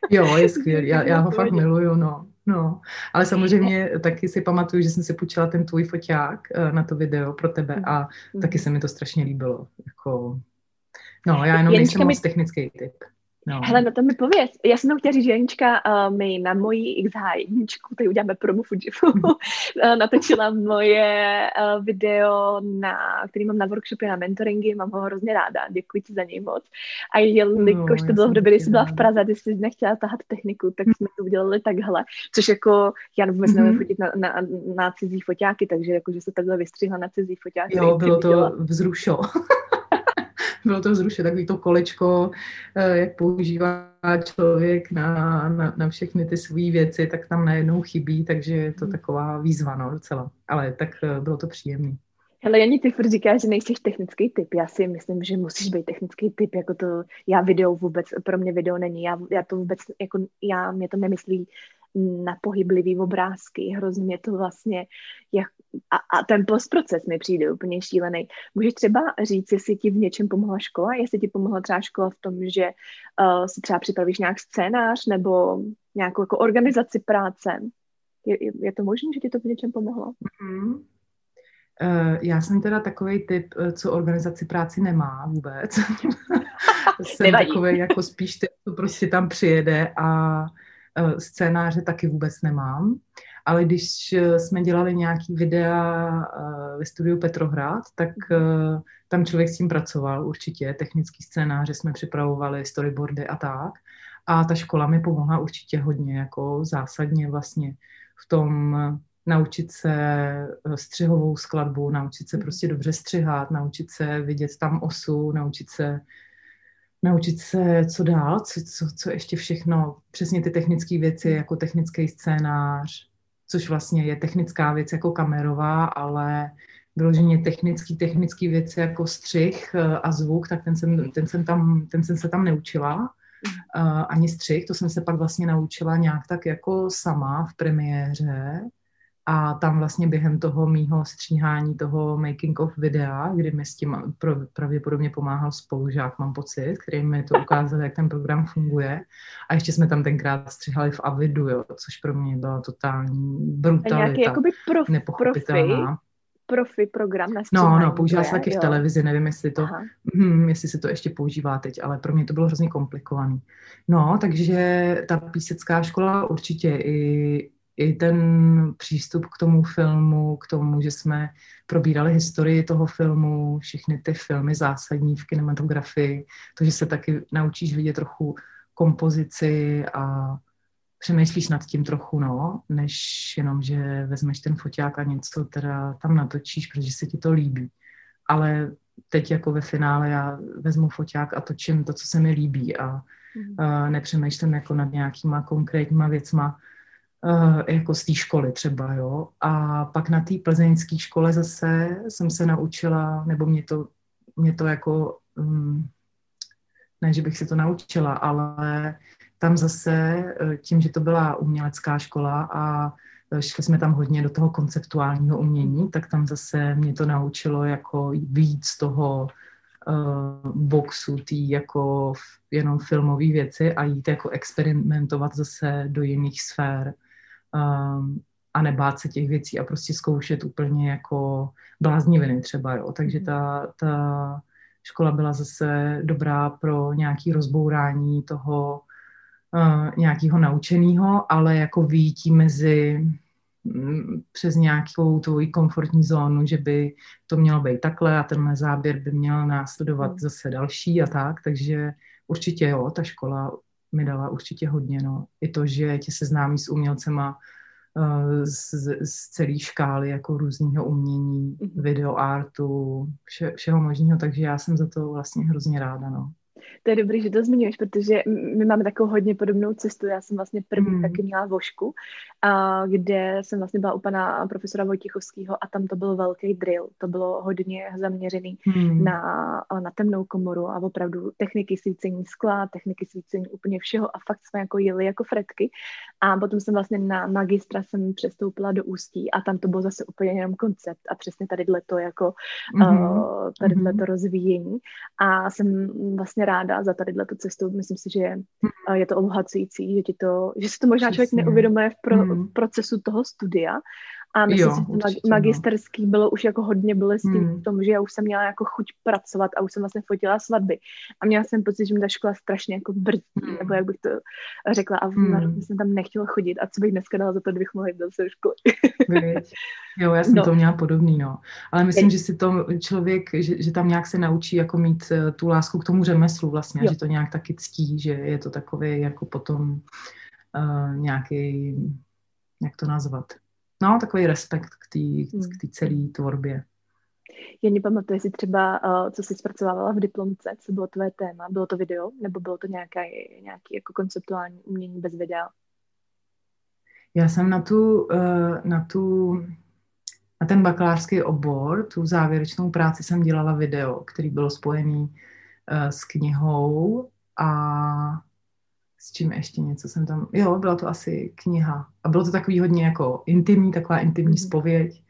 Jo, je skvělý, já ho fakt miluju, no. Ale samozřejmě taky si pamatuju, že jsem si půjčila ten tvůj foťák na to video pro tebe a taky se mi to strašně líbilo. Jako, no, já jenom nejsem moc technický typ. No. Hele, no to mi pověz. Já jsem chtěla říct, že Janička mi na mojí XH1, tady uděláme promo Fujifu, natočila moje video, který mám na workshopě na mentoringy, mám ho hrozně ráda, děkuji ti za něj moc. A jelikož to bylo v době, kdy jsi byla v Praze, kdy jsi nechtěla tahat techniku, tak jsme to udělali takhle, což jako já vůbec nevím fotit na cizí foťáky, takže jako, že se takhle vystřihla na cizí foťáky. Jo, bylo to vzrušo. Bylo to vzrušené, takový to kolečko, jak používá člověk na všechny ty své věci, tak tam najednou chybí, takže je to taková výzva, no, docela. Ale tak bylo to příjemný. Hele, Jani, ty furt říkáš, že nejsi technický typ. Já si myslím, že musíš být technický typ, jako to, pro mě video není, já to vůbec, jako mě to nemyslí na pohyblivý obrázky, hrozně mě to vlastně, a ten postproces mi přijde úplně šílený. Můžeš třeba říct, jestli ti v něčem pomohla škola, jestli ti pomohla třeba škola v tom, že si třeba připravíš nějak scénář nebo nějakou jako organizaci práce. Je to možné, že ti to v něčem pomohlo? Mm-hmm. Já jsem teda takovej typ, co organizaci práci nemá vůbec. Jsem takovej jako spíš typ, co prostě tam přijede a scénáře taky vůbec nemám. Ale když jsme dělali nějaký videa ve studiu Petrohrad, tak tam člověk s tím pracoval určitě. Technický scénáře jsme připravovali, storyboardy a tak. A ta škola mi pomohla určitě hodně, jako zásadně vlastně v tom naučit se střihovou skladbu, naučit se prostě dobře střihat, naučit se vidět tam osu, naučit se, co dál, co ještě všechno, přesně ty technické věci, jako technický scénář, což vlastně je technická věc jako kamerová, ale vyloženě technické věci jako střih a zvuk, tak ten jsem se tam neučila. Ani střih, to jsem se pak vlastně naučila nějak tak jako sama v premiéře. A tam vlastně během toho mýho stříhání toho making of videa, kdy mi s tím pravděpodobně pomáhal spolužák, mám pocit, který mi to ukázal, jak ten program funguje. A ještě jsme tam tenkrát stříhali v Avidu, jo, což pro mě byla totální brutalita. A nějaký jakoby nepochopitelná. Profi program na stříhání. No, používá se taky v televizi, nevím, jestli se to ještě používá teď, ale pro mě to bylo hrozně komplikovaný. No, takže ta písecká škola určitě i ten přístup k tomu filmu, k tomu, že jsme probírali historii toho filmu, všechny ty filmy zásadní v kinematografii, to, že se taky naučíš vidět trochu kompozici a přemýšlíš nad tím trochu, no, než jenom, že vezmeš ten foťák a něco teda tam natočíš, protože se ti to líbí. Ale teď jako ve finále já vezmu foťák a točím to, co se mi líbí a nepřemýšlím jako nad nějakýma konkrétníma věcma, jako z té školy třeba, jo. A pak na té plzeňské škole zase jsem se naučila, nebo mě to jako, ne, že bych se to naučila, ale tam zase tím, že to byla umělecká škola a šli jsme tam hodně do toho konceptuálního umění, tak tam zase mě to naučilo jako víc toho boxu, tý jako jenom filmové věci a jít jako experimentovat zase do jiných sfér. A nebát se těch věcí a prostě zkoušet úplně jako blázniviny třeba, jo. Takže ta škola byla zase dobrá pro nějaké rozbourání toho nějakého naučeného, ale jako výjití přes nějakou tvoji komfortní zónu, že by to mělo být takhle a tenhle záběr by měl následovat zase další a tak, takže určitě jo, ta škola mi dala určitě hodně, no. I to, že tě seznámí s umělcema z celé škály jako různého umění, videoartu, všeho možného, takže já jsem za to vlastně hrozně ráda, no. To je dobrý, že to zmiňuješ, protože my máme takovou hodně podobnou cestu. Já jsem vlastně první taky měla vošku, kde jsem vlastně byla u pana profesora Vojtěchovského a tam to byl velký drill. To bylo hodně zaměřený na temnou komoru a opravdu techniky svícení skla, techniky svícení úplně všeho a fakt jsme jako jeli jako fretky. A potom jsem vlastně na magistra jsem přestoupila do Ústí a tam to bylo zase úplně jenom koncept a přesně tadyhle to jako tadyhle to rozvíjení. A jsem vlastně ráda za tadyhle tu cestu. Myslím si, že je to obohacující, že si to možná člověk neuvědomuje v procesu toho studia. A myslím si, že magisterský bylo už jako hodně bolestný v tom, že já už jsem měla jako chuť pracovat a už jsem vlastně fotila svatby. A měla jsem pocit, že mi ta škola strašně jako brzdí, nebo jak bych to řekla. A jsem tam nechtěla chodit. A co bych dneska dala za to, kdybych mohla jít do své školy. Jo, já jsem to měla podobný, no. Ale myslím, že si to člověk, že tam nějak se naučí jako mít tu lásku k tomu řemeslu vlastně, že to nějak taky ctí, že je to takový jako potom nějaký, jak to nazvat? No, takový respekt k té celé tvorbě. Já nepamatuji si třeba, co jsi zpracovávala v diplomce, co bylo tvoje téma. Bylo to video, nebo bylo to nějaký jako konceptuální umění bez videa? Já jsem na ten bakalářský obor, tu závěrečnou práci jsem dělala video, který bylo spojený s knihou a s čím ještě něco jsem tam... Jo, byla to asi kniha. A bylo to takový hodně jako intimní, taková intimní zpověď.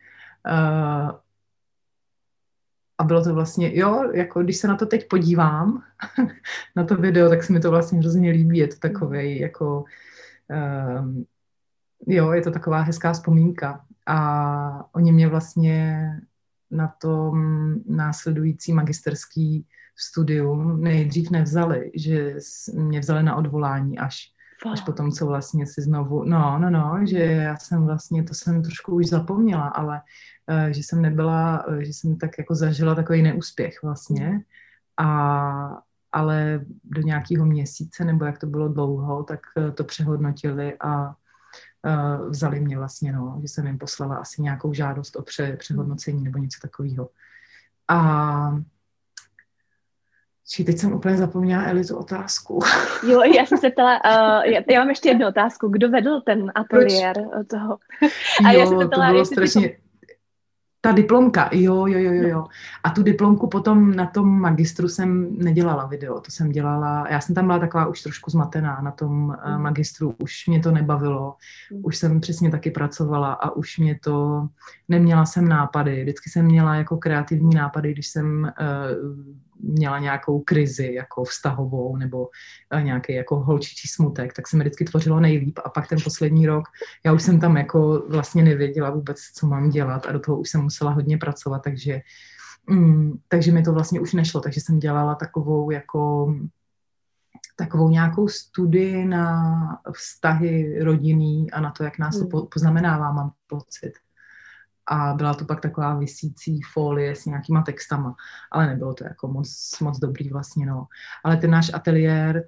A bylo to vlastně, jo, jako když se na to teď podívám, na to video, tak se mi to vlastně hrozně líbí. Je to takovej jako... jo, je to taková hezká vzpomínka. A oni mě vlastně na tom následující magisterský studium nejdřív nevzali, že mě vzali na odvolání až potom, co vlastně si znovu, že já jsem vlastně, to jsem trošku už zapomněla, ale že jsem nebyla, že jsem tak jako zažila takový neúspěch vlastně, ale do nějakého měsíce, nebo jak to bylo dlouho, tak to přehodnotili a vzali mě vlastně, že jsem jim poslala asi nějakou žádost o přehodnocení nebo něco takového. A teď jsem úplně zapomněla, Eli, tu otázku. Jo, já jsem se ptala, já mám ještě jednu otázku. Kdo vedl ten ateliér toho? A já jsem se ptala, to bylo strašně... Ta diplomka, jo. A tu diplomku potom na tom magistru jsem nedělala video, to jsem dělala, já jsem tam byla taková už trošku zmatená na tom magistru, už mě to nebavilo, už jsem přesně taky pracovala a už mě to, neměla jsem nápady, vždycky jsem měla jako kreativní nápady, když jsem měla nějakou krizi jako vztahovou nebo nějaký jako holčičí smutek, tak se mi vždycky tvořilo nejlíp a pak ten poslední rok, já už jsem tam jako vlastně nevěděla vůbec, co mám dělat a do toho už jsem musela hodně pracovat, takže mi to vlastně už nešlo, takže jsem dělala takovou nějakou studii na vztahy rodinný a na to, jak nás to poznamenává, mám pocit. A byla to pak taková visící folie s nějakýma textama, ale nebylo to jako moc dobrý vlastně, no. Ale ten náš ateliér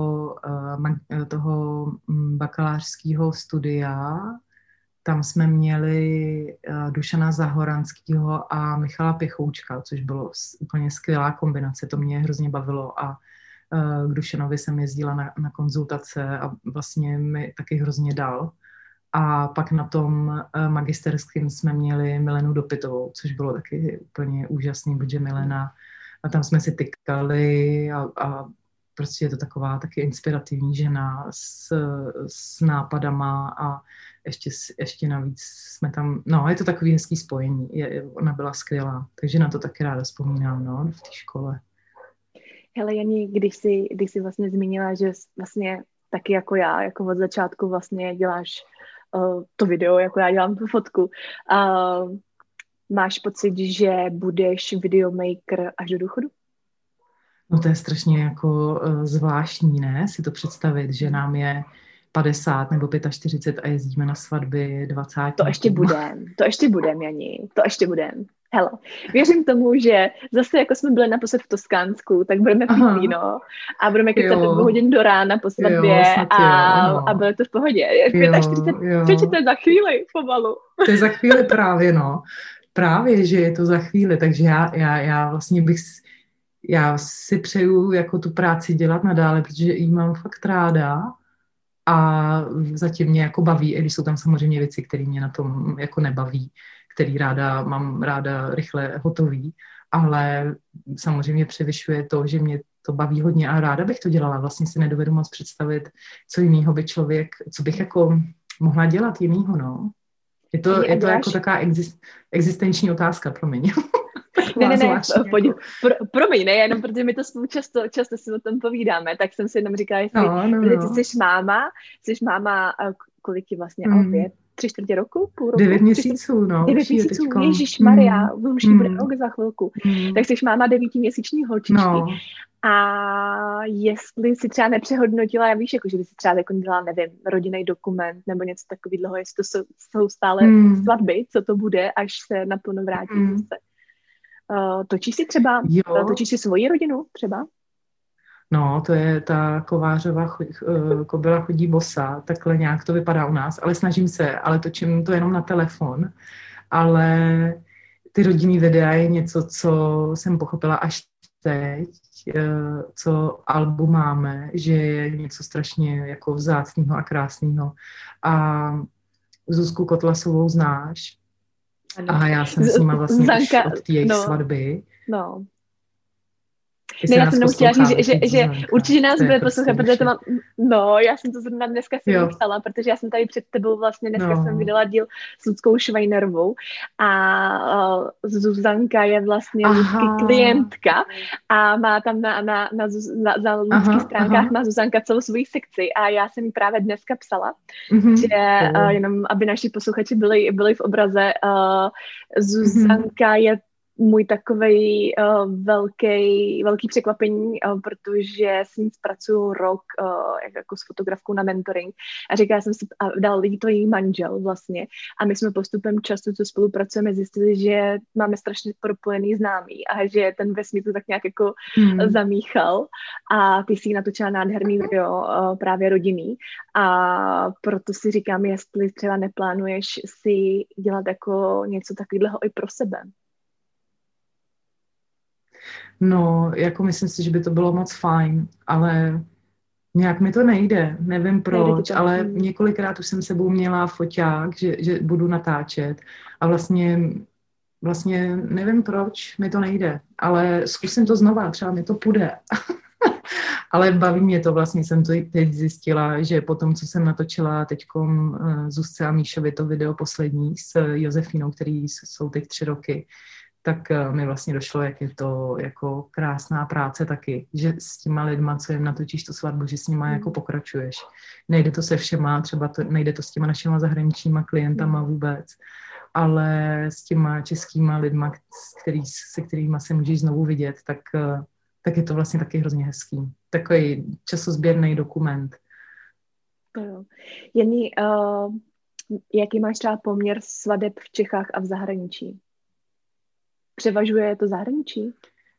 toho bakalářského studia, tam jsme měli Dušana Zahoranského a Michala Pěchoučka, což bylo úplně skvělá kombinace, to mě hrozně bavilo a k Dušanovi jsem jezdila na konzultace a vlastně mi taky hrozně dal. A pak na tom magisterském jsme měli Milenu Dopitovou, což bylo taky úplně úžasný, protože Milena, a tam jsme si tykali a prostě je to taková taky inspirativní žena s nápadama a ještě navíc jsme tam, je to takový hezký spojení, ona byla skvělá, takže na to taky ráda vzpomínám, v té škole. Hele Jani, když jsi vlastně zmínila, že vlastně taky jako já, jako od začátku vlastně děláš to video, jako já dělám tu fotku. Máš pocit, že budeš videomaker až do důchodu? No to je strašně jako zvláštní, ne? Si to představit, že nám je 50 nebo 45 a jezdíme na svatby 20. To ještě budem, Jani, to ještě budem. Hele, věřím tomu, že zase jako jsme byli naposled v Toskánsku, tak budeme pít víno a budeme kecat do 2 hodin do rána po svatbě a bylo to v pohodě. 45, to je za chvíli pomalu. To je za chvíli právě, Právě, že je to za chvíli, takže já vlastně já si přeju jako tu práci dělat nadále, protože ji mám fakt ráda a zatím mě jako baví, i když jsou tam samozřejmě věci, které mě na tom jako nebaví, který mám ráda rychle hotový, ale samozřejmě převyšuje to, že mě to baví hodně a ráda bych to dělala. Vlastně si nedovedu moc představit, co jinýho by co bych jako mohla dělat jinýho, Je to jako taková existenční otázka, promiň. Ne, pojď, promiň, ne, jenom protože my to spolu často si o tom povídáme, tak jsem si jenom říkala, jestli, protože ty jsi máma, kolik ti vlastně, 3/4 roku, půl roku? 9 měsíců, no. 9 měsíců, ježišmarja, už bude rok za chvilku. Tak jsi máma 9měsíční holčičky. No. A jestli si třeba nepřehodnotila, já víš, jako, že by si třeba jako dělala, nevím, rodinný dokument nebo něco takového, jestli to jsou stále svatby, co to bude, až se naplno vrátí zase. Točíš si svoji rodinu třeba? No, to je ta Kovářova kobyla chodí bosa, takhle nějak to vypadá u nás, ale snažím se, ale točím to jenom na telefon, ale ty rodinný videa je něco, co jsem pochopila až teď, co album máme, že je něco strašně jako vzácného a krásného. A Zuzku Kotlasovou znáš? A já jsem s nima vlastně už od té jejich svatby. No. Ne, já jsem jenom chtěla říct, že určitě nás bude poslouchat, protože to mám, já jsem to zrovna dneska si napsala, protože já jsem tady před tebou vlastně dneska jsem vydala díl s Luckou Švajnerovou a Zuzanka je vlastně Lucky klientka a má tam za Luckých stránkách má Zuzanka celou svoji sekci a já jsem jí právě dneska psala, že jenom aby naši posluchači byli v obraze, Zuzanka je můj takovej velký překvapení, protože s ním zpracuju rok jako s fotografkou na mentoring a říkala jsem si, a dal jí to její manžel vlastně a my jsme postupem času, co spolupracujeme, zjistili, že máme strašně propojený známý a že ten vesmír to tak nějak jako zamíchal a ty si natočila nádherný video právě rodinný a proto si říkám, jestli třeba neplánuješ si dělat jako něco takového i pro sebe. No, jako myslím si, že by to bylo moc fajn, ale nějak mi to nejde, nevím proč, ale několikrát už jsem sebou měla foťák, že budu natáčet a vlastně nevím proč, mi to nejde, ale zkusím to znova, třeba mi to půjde. Ale baví mě to, vlastně jsem to teď zjistila, že po tom, co jsem natočila teďkom Zuzce a Míšovi to video poslední s Josefínou, který jsou teď 3 roky, tak mi vlastně došlo, jak je to jako krásná práce taky, že s těma lidma, co jim natočíš tu svatbu, že s nima jako pokračuješ. Nejde to se všema, třeba nejde to s těma našima zahraničníma klientama vůbec, ale s těma českýma lidma, se kterýma se můžeš znovu vidět, tak je to vlastně taky hrozně hezký. Takový časozběrný dokument. To jo. Jení, jaký máš třeba poměr svateb v Čechách a v zahraničí? Převažuje to zahraničí?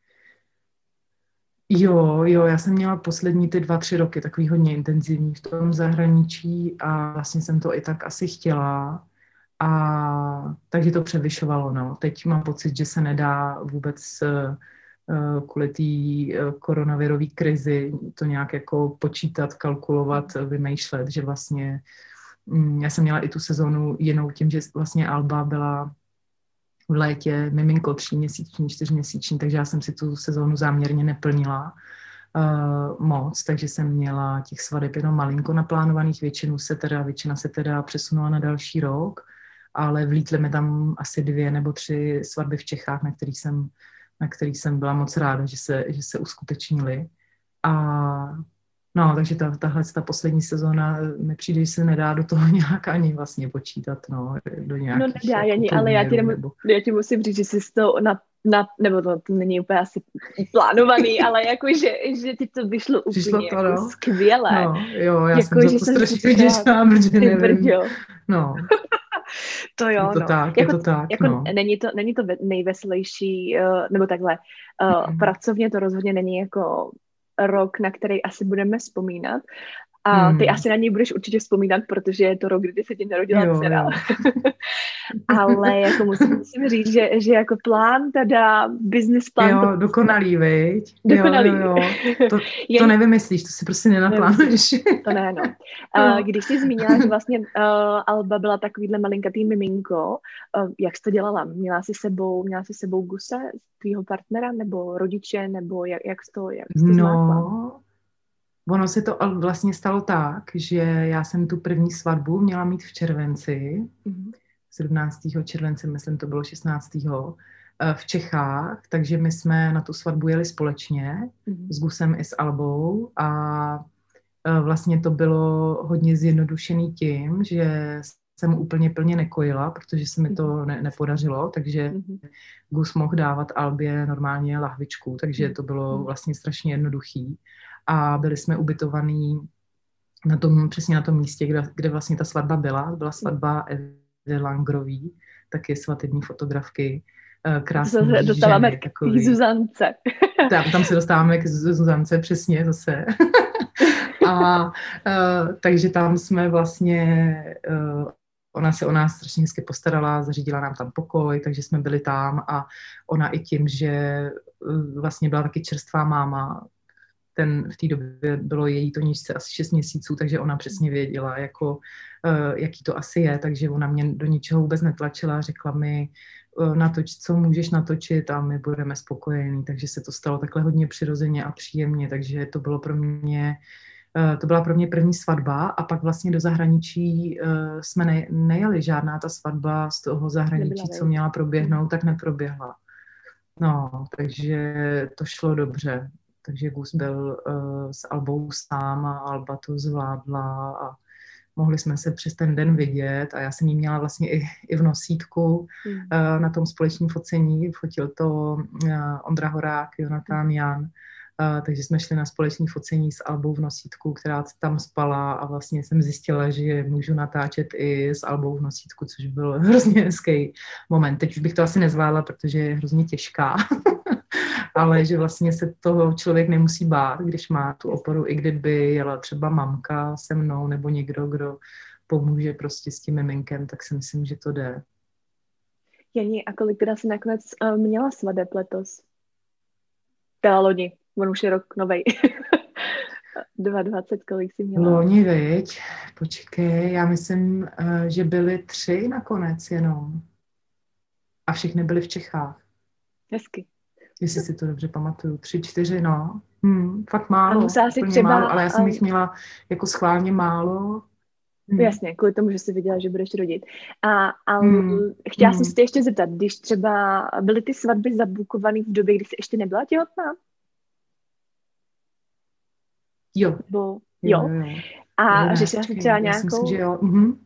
Jo, já jsem měla poslední ty 2-3 roky takový hodně intenzivní v tom zahraničí a vlastně jsem to i tak asi chtěla a takže to převyšovalo, no. Teď mám pocit, že se nedá vůbec kvůli té koronavirové krizi to nějak jako počítat, kalkulovat, vymýšlet, že vlastně já jsem měla i tu sezónu jinou tím, že vlastně Alba byla v létě miminko 3měsíční, 4měsíční, takže já jsem si tu sezónu záměrně neplnila moc, takže jsem měla těch svadeb jenom malinko naplánovaných, většina se teda přesunula na další rok, ale vlítly mi tam asi 2 nebo 3 svatby v Čechách, na kterých jsem byla moc ráda, že se uskutečnily. A no, takže ta poslední sezóna mi přijde, že se nedá do toho nějak ani vlastně počítat, no, do nějakých... No nedá, jako ale já ti musím říct, že jsi to nebo to není úplně asi plánovaný, ale jako, že ti to vyšlo úplně to, jako skvěle. No, jo, já jako, jsem za to strašně vděčná, protože nevím. No. To jo, je to tak, je to tak, jako no. Není to nejveselější, nebo takhle, pracovně to rozhodně není jako rok, na který asi budeme vzpomínat. A ty asi na něj budeš určitě vzpomínat, protože je to rok, kdy se ti narodila dcera. Ale jako musím říct, že jako plán, teda business plán... Jo, dokonalý, viď? Dokonalý. Jo. To nevymyslíš, to si prostě nenaplánuješ. To ne, no. Když jsi zmínila, že vlastně Alba byla takovýhle malinkatý miminko, jak jsi to dělala? Měla jsi sebou Guse, tvýho partnera, nebo rodiče, nebo jak jsi to zmákla? Ono se to vlastně stalo tak, že já jsem tu první svatbu měla mít v červenci, 17. července, myslím, to bylo 16. v Čechách, takže my jsme na tu svatbu jeli společně s Gusem i s Albou a vlastně to bylo hodně zjednodušený tím, že jsem úplně plně nekojila, protože se mi to nepodařilo, takže Gus mohl dávat Albě normálně lahvičku, takže to bylo vlastně strašně jednoduchý. A byli jsme ubytovaní přesně na tom místě, kde vlastně ta svatba byla. Byla svatba Evy Langrový, taky svatební fotografky, krásný ženy. Dostáváme k Zuzance. Tam se dostáváme k Zuzance, přesně zase. Takže tam jsme vlastně, ona se o nás strašně hezky postarala, zařídila nám tam pokoj, takže jsme byli tam a ona i tím, že vlastně byla taky čerstvá máma, v té době bylo její Toníčce asi 6 měsíců, takže ona přesně věděla, jaký to asi je, takže ona mě do ničeho vůbec netlačila, řekla mi, natoč, co můžeš natočit a my budeme spokojení, takže se to stalo takhle hodně přirozeně a příjemně, takže to byla pro mě první svatba a pak vlastně do zahraničí jsme nejeli, žádná ta svatba z toho zahraničí, co měla proběhnout, tak neproběhla. No, takže to šlo dobře. Takže Gus byl s Albou sám a Alba to zvládla a mohli jsme se přes ten den vidět a já jsem jí měla vlastně i v nosítku na tom společném focení. Fotil to Ondra Horák, Jonatán Jan, takže jsme šli na společné focení s Albou v nosítku, která tam spala a vlastně jsem zjistila, že můžu natáčet i s Albou v nosítku, což byl hrozně hezký moment. Teď už bych to asi nezvládla, protože je hrozně těžká. Ale že vlastně se toho člověk nemusí bát, když má tu oporu, i kdyby jela třeba mamka se mnou nebo někdo, kdo pomůže prostě s tím miminkem, tak si myslím, že to jde. Jani, a kolik teda jsi nakonec měla svadeb letos? Teda loni, on už je rok novej. 2020, kolik jsi měla? Loni, viď? Počkej, já myslím, že byly 3 nakonec jenom. A všechny byly v Čechách. Hezky. Jestli si to dobře pamatuju. 3, 4, no. Fakt málo. Třeba, málo, ale já jsem jich měla jako schválně málo. Jasně, kvůli tomu, že jsi viděla, že budeš rodit. Chtěla jsem se tě ještě zeptat, když třeba byly ty svatby zabukované v době, kdy jsi ještě nebyla těhotná? Jo. Jo. A řešila jsi třeba nějakou... Myslím si, že jo.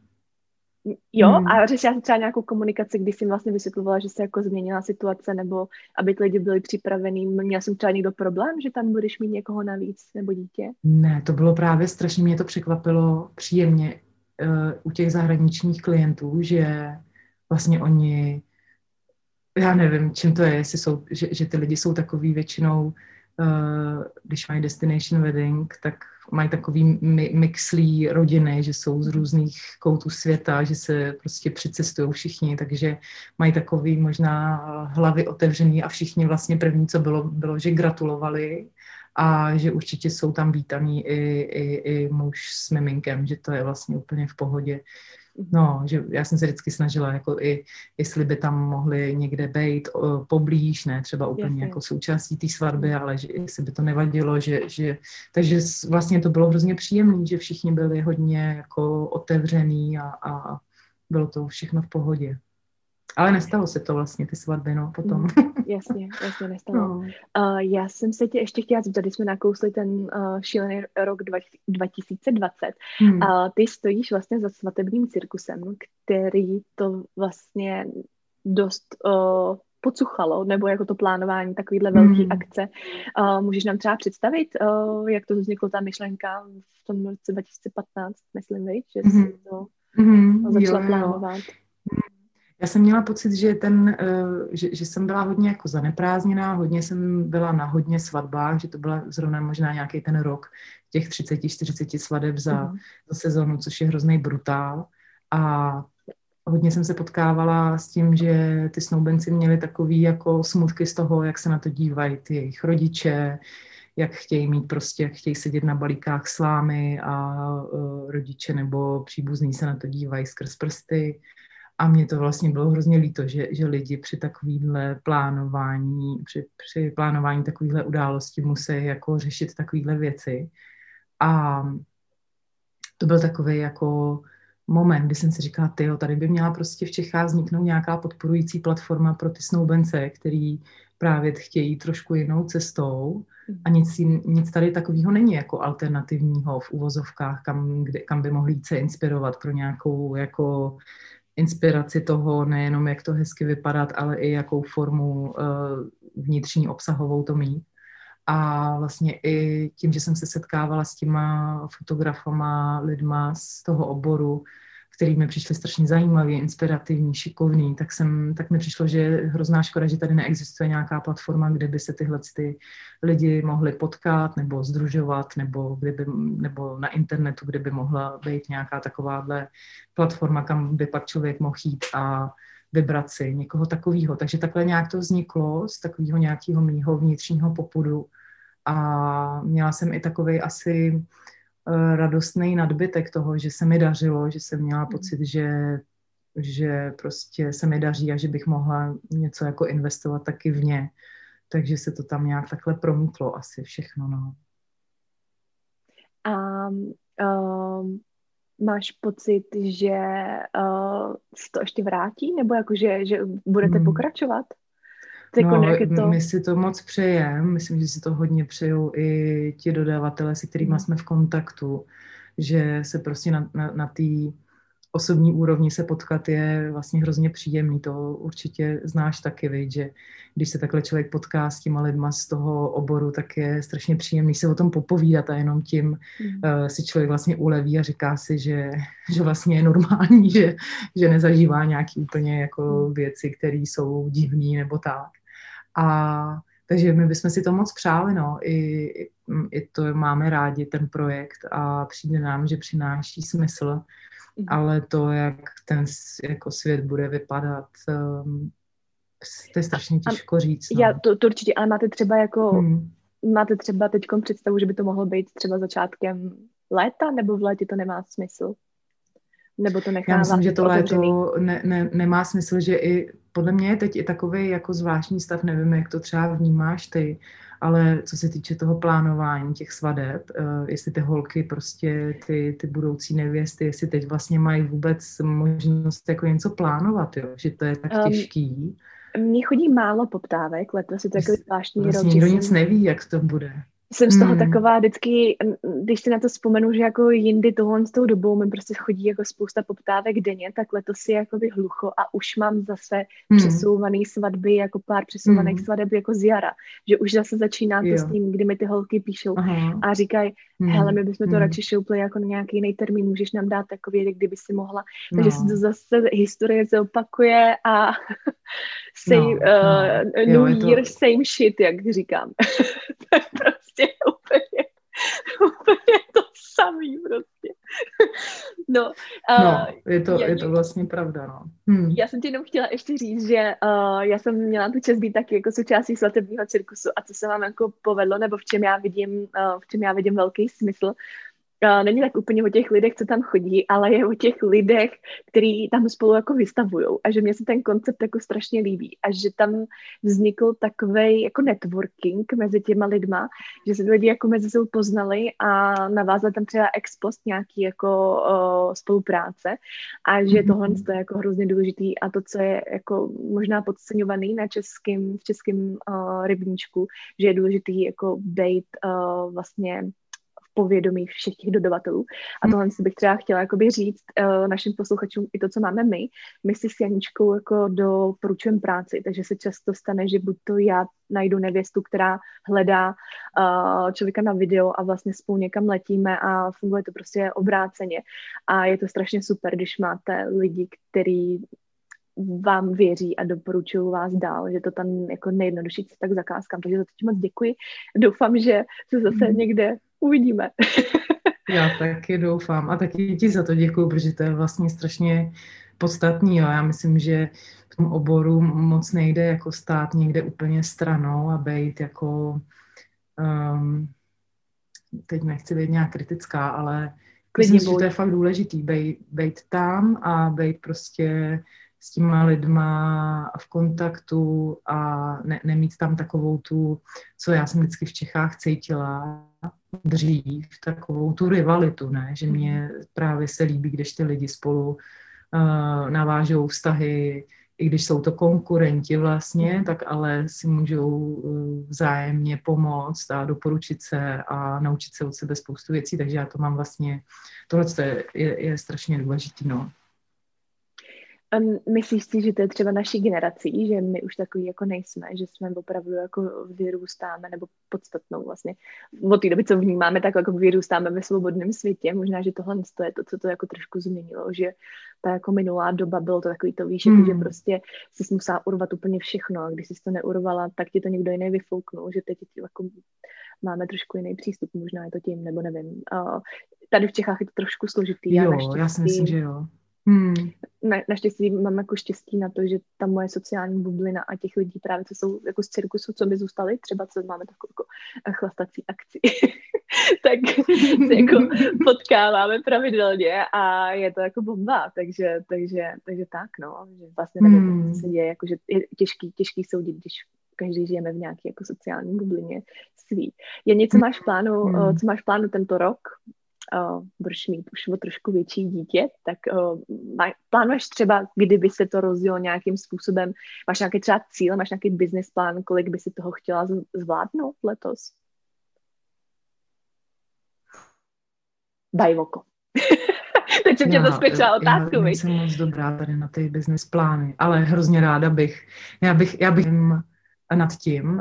A řešila jsi třeba nějakou komunikaci, kdy jsi vlastně vysvětlovala, že se jako změnila situace, nebo aby ty lidi byli připravení. Měla jsem třeba někdo problém, že tam budeš mít někoho navíc, nebo dítě? Ne, to bylo právě strašně, mě to překvapilo příjemně u těch zahraničních klientů, že vlastně oni, já nevím, čím to je, jestli jsou, že ty lidi jsou takový většinou, když mají destination wedding, tak mají takový mixlí rodiny, že jsou z různých koutů světa, že se prostě přicestují všichni, takže mají takový možná hlavy otevřený a všichni vlastně první, co bylo, že gratulovali a že určitě jsou tam vítaný i muž s miminkem, že to je vlastně úplně v pohodě. No, že já jsem se vždycky snažila, jako i jestli by tam mohli někde být poblíž, ne třeba úplně jako součástí té svatby, ale že jestli by to nevadilo, takže vlastně to bylo hrozně příjemné, že všichni byli hodně jako otevřený a bylo to všechno v pohodě. Ale nestalo se to vlastně, ty svatby, no, potom. Jasně, nestalo. No. Já jsem se tě ještě chtěla zeptat, když jsme nakousli ten šílený rok 2020. Ty stojíš vlastně za svatebním cirkusem, který to vlastně dost pocuchalo, nebo jako to plánování takovýhle velký akce. Můžeš nám třeba představit, jak to vzniklo ta myšlenka v tom roce 2015, myslím, že jsi to začala plánovat? Já jsem měla pocit, že jsem byla hodně jako zaneprázdněná, hodně jsem byla na hodně svatbách, že to byla zrovna možná nějaký ten rok těch 30-40 svadeb za sezonu, což je hrozný brutál. A hodně jsem se potkávala s tím, že ty snoubenci měli takový jako smutky z toho, jak se na to dívají ty jejich rodiče, jak chtějí mít prostě, jak chtějí sedět na balíkách slámy a rodiče nebo příbuzní se na to dívají skrz prsty. A mně to vlastně bylo hrozně líto, že lidi při takovýhle plánování, při plánování takovýhle události musí jako řešit takovýhle věci. A to byl takový jako moment, kdy jsem si říkala, tyjo, tady by měla prostě v Čechách vzniknout nějaká podporující platforma pro ty snoubence, který právě chtějí trošku jinou cestou a nic tady takového není jako alternativního v uvozovkách, kam by mohli jít se inspirovat pro nějakou jako inspiraci toho, nejenom jak to hezky vypadat, ale i jakou formu vnitřní obsahovou to mít. A vlastně i tím, že jsem se setkávala s těma fotografama, lidma z toho oboru, který mi přišli strašně zajímavý, inspirativní, šikovný, tak mi přišlo, že je hrozná škoda, že tady neexistuje nějaká platforma, kde by se tyhle ty lidi mohli potkat nebo sdružovat, nebo na internetu, kde by mohla být nějaká takováhle platforma, kam by pak člověk mohl jít a vybrat si někoho takového. Takže takhle nějak to vzniklo z takového nějakého mýho vnitřního popudu a měla jsem i takovej asi radostný nadbytek toho, že se mi dařilo, že jsem měla pocit, že prostě se mi daří a že bych mohla něco jako investovat taky v ně. Takže se to tam nějak takhle promítlo asi všechno, no. A máš pocit, že se to ještě vrátí? Nebo jako, že budete pokračovat? No, my si to moc přejeme. Myslím, že si to hodně přejou i ti dodavatelé, se kterými jsme v kontaktu, že se prostě na té osobní úrovni se potkat je vlastně hrozně příjemný. To určitě znáš taky, viď, že když se takhle člověk potká s těma lidma z toho oboru, tak je strašně příjemný se o tom popovídat a jenom tím si člověk vlastně uleví a říká si, že vlastně je normální, že nezažívá nějaký úplně jako věci, které jsou divný nebo tak. A takže my bychom si to moc přáli, no, i to máme rádi, ten projekt a přijde nám, že přináší smysl, ale to, jak ten jako svět bude vypadat, to je strašně těžko říct. No. To určitě, ale máte třeba teďkom představu, že by to mohlo být třeba začátkem léta, nebo v létě to nemá smysl? Nebo to nechává? Já myslím, že to léto nemá smysl, že i podle mě je teď i takový jako zvláštní stav, nevím, jak to třeba vnímáš ty, ale co se týče toho plánování těch svadeb, jestli ty holky prostě, ty budoucí nevěsty, jestli teď vlastně mají vůbec možnost jako něco plánovat, jo? Že to je tak těžký. Mně chodí málo poptávek, letos je to takový zvláštní rok. Vlastně nikdo nic neví, jak to bude. Jsem z toho taková vždycky, když si na to vzpomenu, že jako jindy tohle s tou dobou mi prostě chodí jako spousta poptávek denně, tak letos je jakoby hlucho a už mám zase přesouvaný svatby, jako pár přesouvaných svadeb jako z jara, že už zase začíná to s tím, kdy mi ty holky píšou a říkají, hele, my bychom to radši šoupli jako na nějaký jiný termín, můžeš nám dát takový, kdyby si mohla. Takže se to zase, historie se opakuje a New Year, same shit, jak říkám. To je prostě úplně to samý prostě. Je to vlastně pravda, no. Já jsem ti jenom chtěla ještě říct, že já jsem měla tu čest být taky jako součástí svatebního cirkusu a co se vám jako povedlo, nebo v čem já vidím velký smysl. Není tak úplně o těch lidech, co tam chodí, ale je o těch lidech, kteří tam spolu jako vystavujou a že mě se ten koncept jako strašně líbí a že tam vznikl takovej jako networking mezi těma lidma, že se lidi jako mezi sebou poznali a navázali tam třeba ex post nějaký jako spolupráce a že tohle je jako hrozně důležitý a to, co je jako možná podceňovaný v českém rybníčku, že je důležitý jako bejt vlastně povědomí všech těch dodavatelů. A tohle si bych třeba chtěla jakoby říct našim posluchačům i to, co máme my. My si s Janičkou jako doporučujeme práci, takže se často stane, že buď to já najdu nevěstu, která hledá člověka na video a vlastně spolu někam letíme a funguje to prostě obráceně. A je to strašně super, když máte lidi, kteří vám věří a doporučuju vás dál, že to tam jako nejjednodušší cesta k zakázkám. Takže za to ti moc děkuji. Doufám, že se zase někde uvidíme. Já taky doufám a taky ti za to děkuju, protože to je vlastně strašně podstatný. Jo. Já myslím, že v tom oboru moc nejde jako stát někde úplně stranou a být jako teď nechci být nějak kritická, ale myslím, že to je fakt důležitý, být tam a být prostě s těma lidma v kontaktu a nemít tam takovou tu, co já jsem vždycky v Čechách cítila, dřív, takovou tu rivalitu, ne? Že mně právě se líbí, když ty lidi spolu navážou vztahy, i když jsou to konkurenti vlastně, tak ale si můžou vzájemně pomoct a doporučit se a naučit se od sebe spoustu věcí, takže já to mám vlastně, tohle je strašně důležitý, no. Myslíš si, že to je třeba naší generací, že my už takový jako nejsme, že jsme opravdu jako vyrůstáme, nebo podstatnou vlastně od té doby, co vnímáme, tak jako vyrůstáme ve svobodném světě. Možná, že tohle je to, co to jako trošku změnilo, že ta jako minulá doba bylo to takový to, víš, jako, že prostě jsi musela urvat úplně všechno a když jsi to neurvala, tak ti to někdo jiný vyfouknul, že teď jako máme trošku jiný přístup, možná je to tím, nebo nevím. Tady v Čechách je to trošku složitý. Já si myslím, že jo. Naštěstí mám jako štěstí na to, že ta moje sociální bublina a těch lidí právě, co jsou jako z cirkusu, co by zůstali, třeba co máme takovou jako chlastací akci, tak se jako potkáváme pravidelně a je to jako bomba, takže tak, no, že vlastně nevím, co se děje, jako, že je těžký soudit, když každý žijeme v nějaké jako sociální bublině svý. Je něco, co máš v plánu tento rok? Budeš mít už o trošku větší dítě, tak plánuješ třeba, kdyby se to rozjelo nějakým způsobem, máš nějaký třeba cíl, máš nějaký business plán, kolik by si toho chtěla zvládnout letos? Daj oko. Teď jsem tě zaskočila otázku. Já jsem moc dobrá tady na ty business plány, ale hrozně ráda bych, já bych nad tím,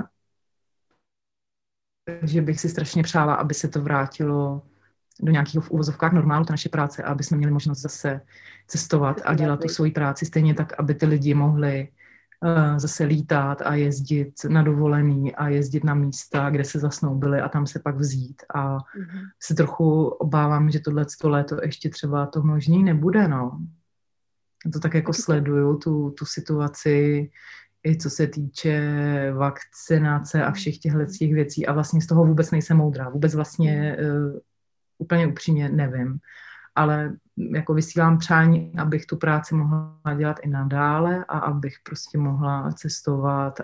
že bych si strašně přála, aby se to vrátilo do nějakého v úvozovkách normálu, ta naše práce, a aby jsme měli možnost zase cestovat a dělat tu svoji práci stejně tak, aby ty lidi mohli zase lítat a jezdit na dovolený a jezdit na místa, kde se zasnoubili a tam se pak vzít. A se trochu obávám, že tohleto léto ještě třeba to možný nebude, no. To tak jako sleduju, tu situaci, i co se týče vakcinace a všech těchto věcí a vlastně z toho vůbec nejsem moudrá. Vůbec vlastně úplně upřímně nevím, ale jako vysílám přání, abych tu práci mohla dělat i nadále a abych prostě mohla cestovat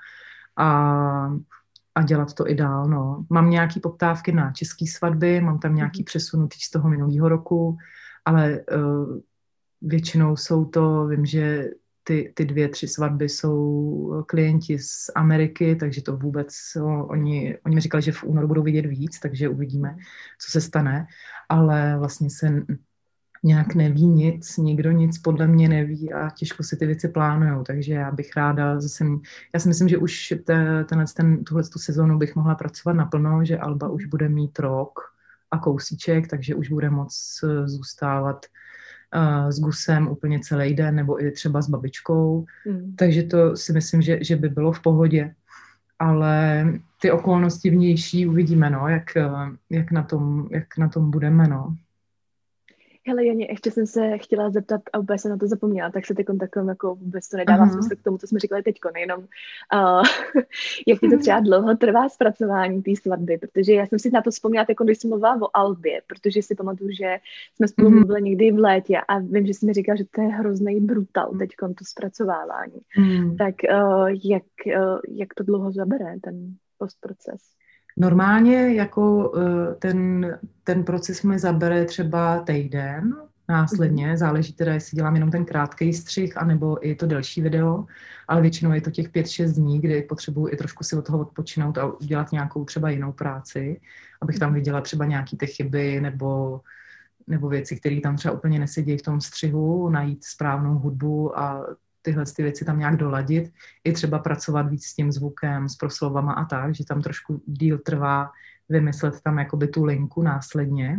a dělat to i dál, no. Mám nějaký poptávky na české svatby, mám tam nějaký přesunutý z toho minulého roku, ale většinou jsou to, vím, že ty 2-3 svatby jsou klienti z Ameriky, takže to vůbec, oni mi říkali, že v únoru budou vidět víc, takže uvidíme, co se stane, ale vlastně se nějak neví nic, nikdo nic podle mě neví a těžko si ty věci plánujou, takže já bych ráda zase, já si myslím, že už tuhletu sezónu bych mohla pracovat naplno, že Alba už bude mít rok a kousíček, takže už bude moc zůstávat s Gusem úplně celý den, nebo i třeba s babičkou, takže to si myslím, že by bylo v pohodě. Ale ty okolnosti vnější uvidíme, no, jak na tom budeme, no. Hele, Janě, ještě jsem se chtěla zeptat a úplně jsem na to zapomněla, tak se takovým jako vůbec to nedává smysl k tomu, co jsme říkali teďko, nejenom jak ti to třeba dlouho trvá zpracování té svatby, protože já jsem si na to vzpomněla, jako když jsem mluvila o Albě, protože si pamatuju, že jsme spolu mluvili někdy v létě a vím, že jsi mi říkal, že to je hrozný brutal teďko to zpracovávání. Tak jak to dlouho zabere, ten postproces? Normálně jako ten proces mi zabere třeba týden následně, záleží teda, jestli dělám jenom ten krátký střih, anebo i to delší video, ale většinou je to těch 5-6 dní, kdy potřebuji i trošku si od toho odpočinout a udělat nějakou třeba jinou práci, abych tam viděla třeba nějaký ty chyby nebo věci, které tam třeba úplně nesedí v tom střihu, najít správnou hudbu a tyhle ty věci tam nějak doladit, i třeba pracovat víc s tím zvukem, s proslovama a tak, že tam trošku díl trvá vymyslet tam jakoby tu linku následně.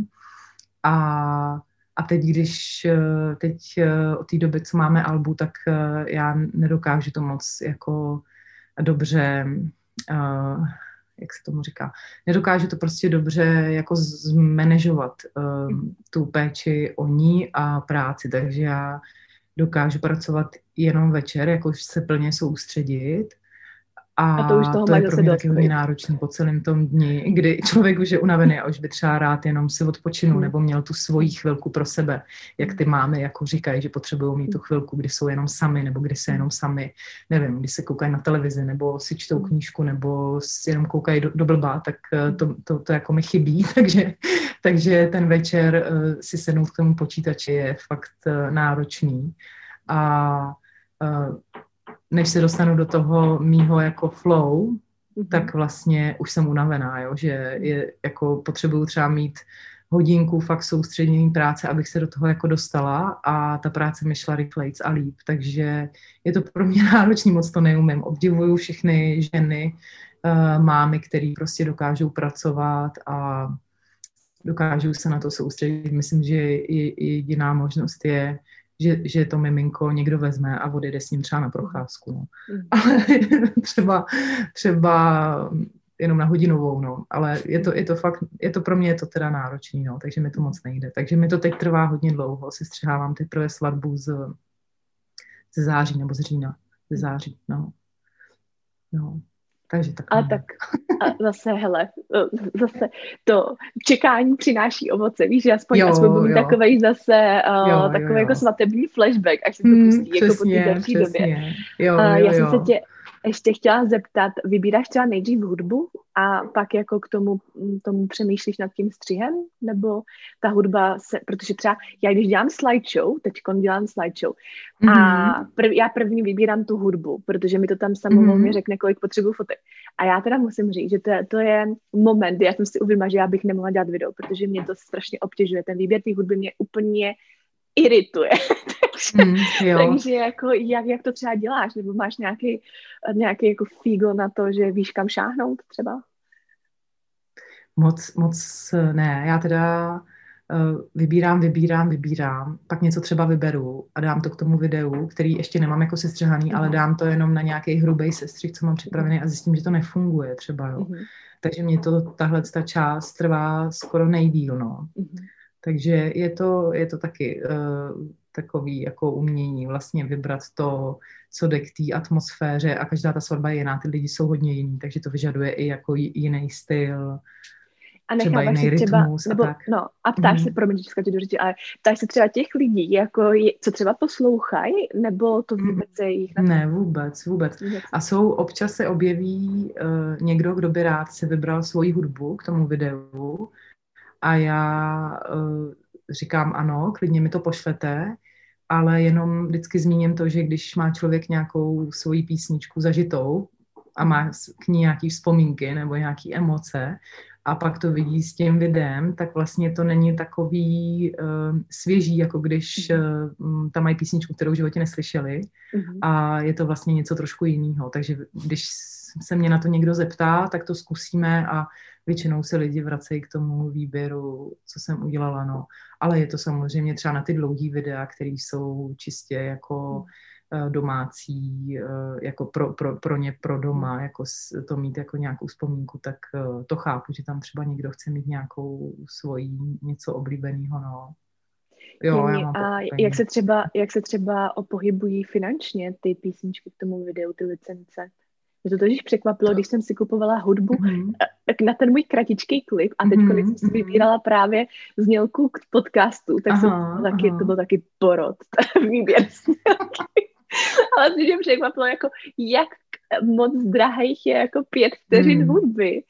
A teď, od té doby, co máme albu, tak já nedokážu to moc jako dobře, jak se tomu říká, nedokážu to prostě dobře jako zmanežovat tu péči o ní a práci, takže já dokážu pracovat jenom večer, jakož se plně soustředit A to už toho to má je pro zase mě dost. taky hodně náročný po celém tom dni, kdy člověk už je unavený a už by třeba rád jenom si odpočinul nebo měl tu svoji chvilku pro sebe, jak ty mámy jako říkají, že potřebují mít tu chvilku, kdy jsou jenom sami nebo kdy se jenom sami, nevím, když se koukají na televizi nebo si čtou knížku nebo jenom koukají do blba, tak to jako mi chybí, takže ten večer si sednout k tomu počítači je fakt náročný. A než se dostanu do toho mýho jako flow, tak vlastně už jsem unavená, jo? Že je, jako potřebuju třeba mít hodinku fakt soustředění práce, abych se do toho jako dostala a ta práce mi šla rychlejc a líp, takže je to pro mě náročný, moc to neumím. Obdivuju všechny ženy, mámy, který prostě dokážou pracovat a dokážou se na to soustředit. Myslím, že jediná možnost je, že to miminko někdo vezme a odjede s ním třeba na procházku. No. Ale třeba jenom na hodinovou, no. Ale je to fakt, pro mě je to teda náročný, no, takže mi to moc nejde. Takže mi to teď trvá hodně dlouho, si střihávám teprve svatbu ze září nebo z října. Ze září, no. Takže tak. Ale tak a zase, hele, zase to čekání přináší ovoce, víš, že aspoň budu mít takovej zase takový jako svatební flashback, až se to pustí, jako po té další době. Já jsem se tě ještě chtěla zeptat, vybíráš třeba nejdřív hudbu a pak jako k tomu přemýšlíš nad tím střihem, nebo ta hudba protože třeba já když dělám slideshow, a já první vybírám tu hudbu, protože mi to tam samovolně řekne, kolik potřebuji fotek. A já teda musím říct, že to je moment, kdy já jsem si uvědomila, že já bych nemohla dělat video, protože mě to strašně obtěžuje. Ten výběr té hudby mě úplně irituje. Takže jako, jak to třeba děláš? Nebo máš nějaký jako fígl na to, že víš, kam šáhnout třeba? Moc ne. Já teda vybírám, pak něco třeba vyberu a dám to k tomu videu, který ještě nemám jako sestřihaný, ale dám to jenom na nějaký hrubý sestřih, co mám připravený a zjistím, že to nefunguje třeba, jo. Takže mě tahle část trvá skoro nejdýl, no. Takže je to taky takový jako umění vlastně vybrat to, co jde k té atmosféře a každá ta svatba je jiná, ty lidi jsou hodně jiní, takže to vyžaduje i jako jiný styl, a třeba jiný rytmus nebo, a tak. No, a ptáš se, promiň, ale ptáš se třeba těch lidí, jako co třeba poslouchají, nebo to vůbec je jich? Ne, vůbec. A občas se objeví někdo, kdo by rád si vybral svoji hudbu k tomu videu a já říkám ano, klidně mi to pošlete, ale jenom vždycky zmíním to, že když má člověk nějakou svoji písničku zažitou a má k ní nějaký vzpomínky nebo nějaký emoce a pak to vidí s tím videem, tak vlastně to není takový svěží, jako když tam mají písničku, kterou v životě neslyšeli a je to vlastně něco trošku jiného. Takže když se mě na to někdo zeptá, tak to zkusíme a většinou se lidi vracejí k tomu výběru, co jsem udělala, no. Ale je to samozřejmě třeba na ty dlouhý videa, které jsou čistě jako domácí, jako pro ně, pro doma, jako to mít jako nějakou vzpomínku, tak to chápu, že tam třeba někdo chce mít nějakou svoji něco oblíbeného, no. Jo, a jak se třeba opohybují finančně ty písničky k tomu videu, ty licence? Mě to totiž překvapilo, když jsem si kupovala hudbu na ten můj kratičký klip a teď, když jsem si vybírala právě znělku k podcastu, tak to byl taky porod, výběr znělky. Ale mě překvapilo, jako jak moc drahých je jako 5 vteřin hudby.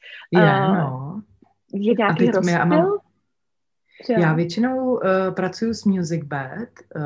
Je nějaký rozptyl? Já většinou pracuji s MusicBed,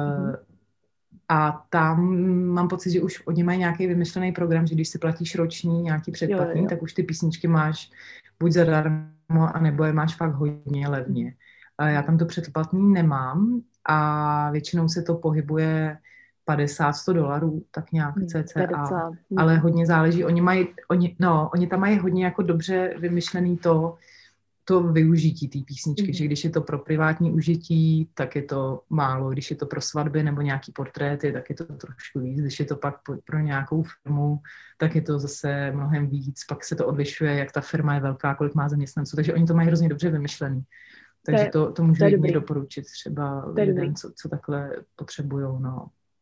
a tam mám pocit, že už oni mají nějaký vymyšlený program, že když si platíš roční nějaký předplatný, tak už ty písničky máš buď zadarmo, anebo je máš fakt hodně levně. Já tam to předplatný nemám a většinou se to pohybuje $50-100, tak nějak cca. Ale hodně záleží. Oni tam mají hodně jako dobře vymyšlený to využití té písničky, že když je to pro privátní užití, tak je to málo, když je to pro svatby nebo nějaký portréty, tak je to trošku víc, když je to pak pro nějakou firmu, tak je to zase mnohem víc, pak se to odlišuje, jak ta firma je velká, kolik má zaměstnanců, takže oni to mají hrozně dobře vymyšlený. Takže to můžu jedině doporučit třeba lidem, co takhle potřebujou, no.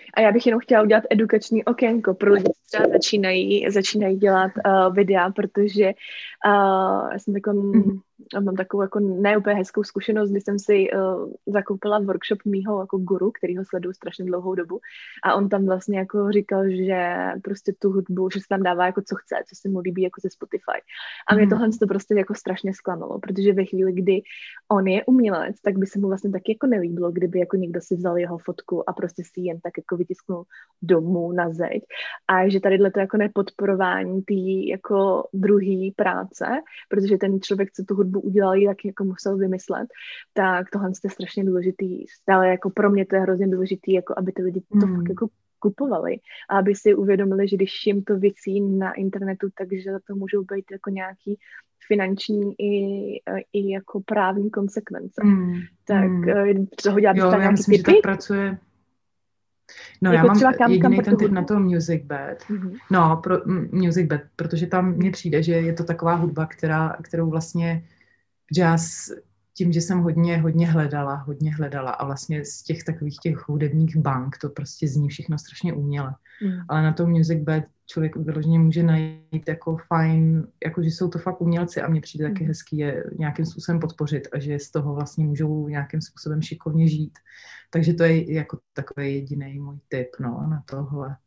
A já bych jenom chtěla udělat edukační okénko pro lidi, co třeba začínají dělat videa, protože já jsem mám takovou jako neúplně hezkou zkušenost, kdy jsem si zakoupila workshop mýho jako guru, který ho sleduju strašně dlouhou dobu, a on tam vlastně jako říkal, že prostě tu hudbu, že se tam dává jako co chce, co se mu líbí jako ze Spotify. A mě tohle to prostě jako strašně zklamalo, protože ve chvíli, kdy on je umělec, tak by se mu vlastně taky jako nelíbilo, kdyby jako někdo si vzal jeho fotku a prostě si jen tak jako vytisknul domů na zeď. A že tady to jako nepodporování té jako druhý práce, protože ten člověk, co tu hudbu udělal, tak jako musel vymyslet, tak tohle je strašně důležitý. Stále jako pro mě to je hrozně důležitý, jako aby ty lidi to fakt jako kupovali a aby si uvědomili, že když jim to visí na internetu, takže za to můžou být jako nějaký finanční i jako právní konsekvence. Tak toho dělat jo, já myslím, typy? Že tak pracuje. No jako já mám jediný ten typ na to Musicbed. No, pro Musicbed, protože tam mně přijde, že je to taková hudba, kterou vlastně jazz, tím, že jsem hodně hledala a vlastně z těch takových těch hudebních bank to prostě zní všechno strašně uměle. Ale na tom Musicbed člověk vyloženě může najít jako fajn, jako že jsou to fakt umělci a mně přijde taky hezký je nějakým způsobem podpořit a že z toho vlastně můžou nějakým způsobem šikovně žít. Takže to je jako takový jediný můj tip, no, na tohle.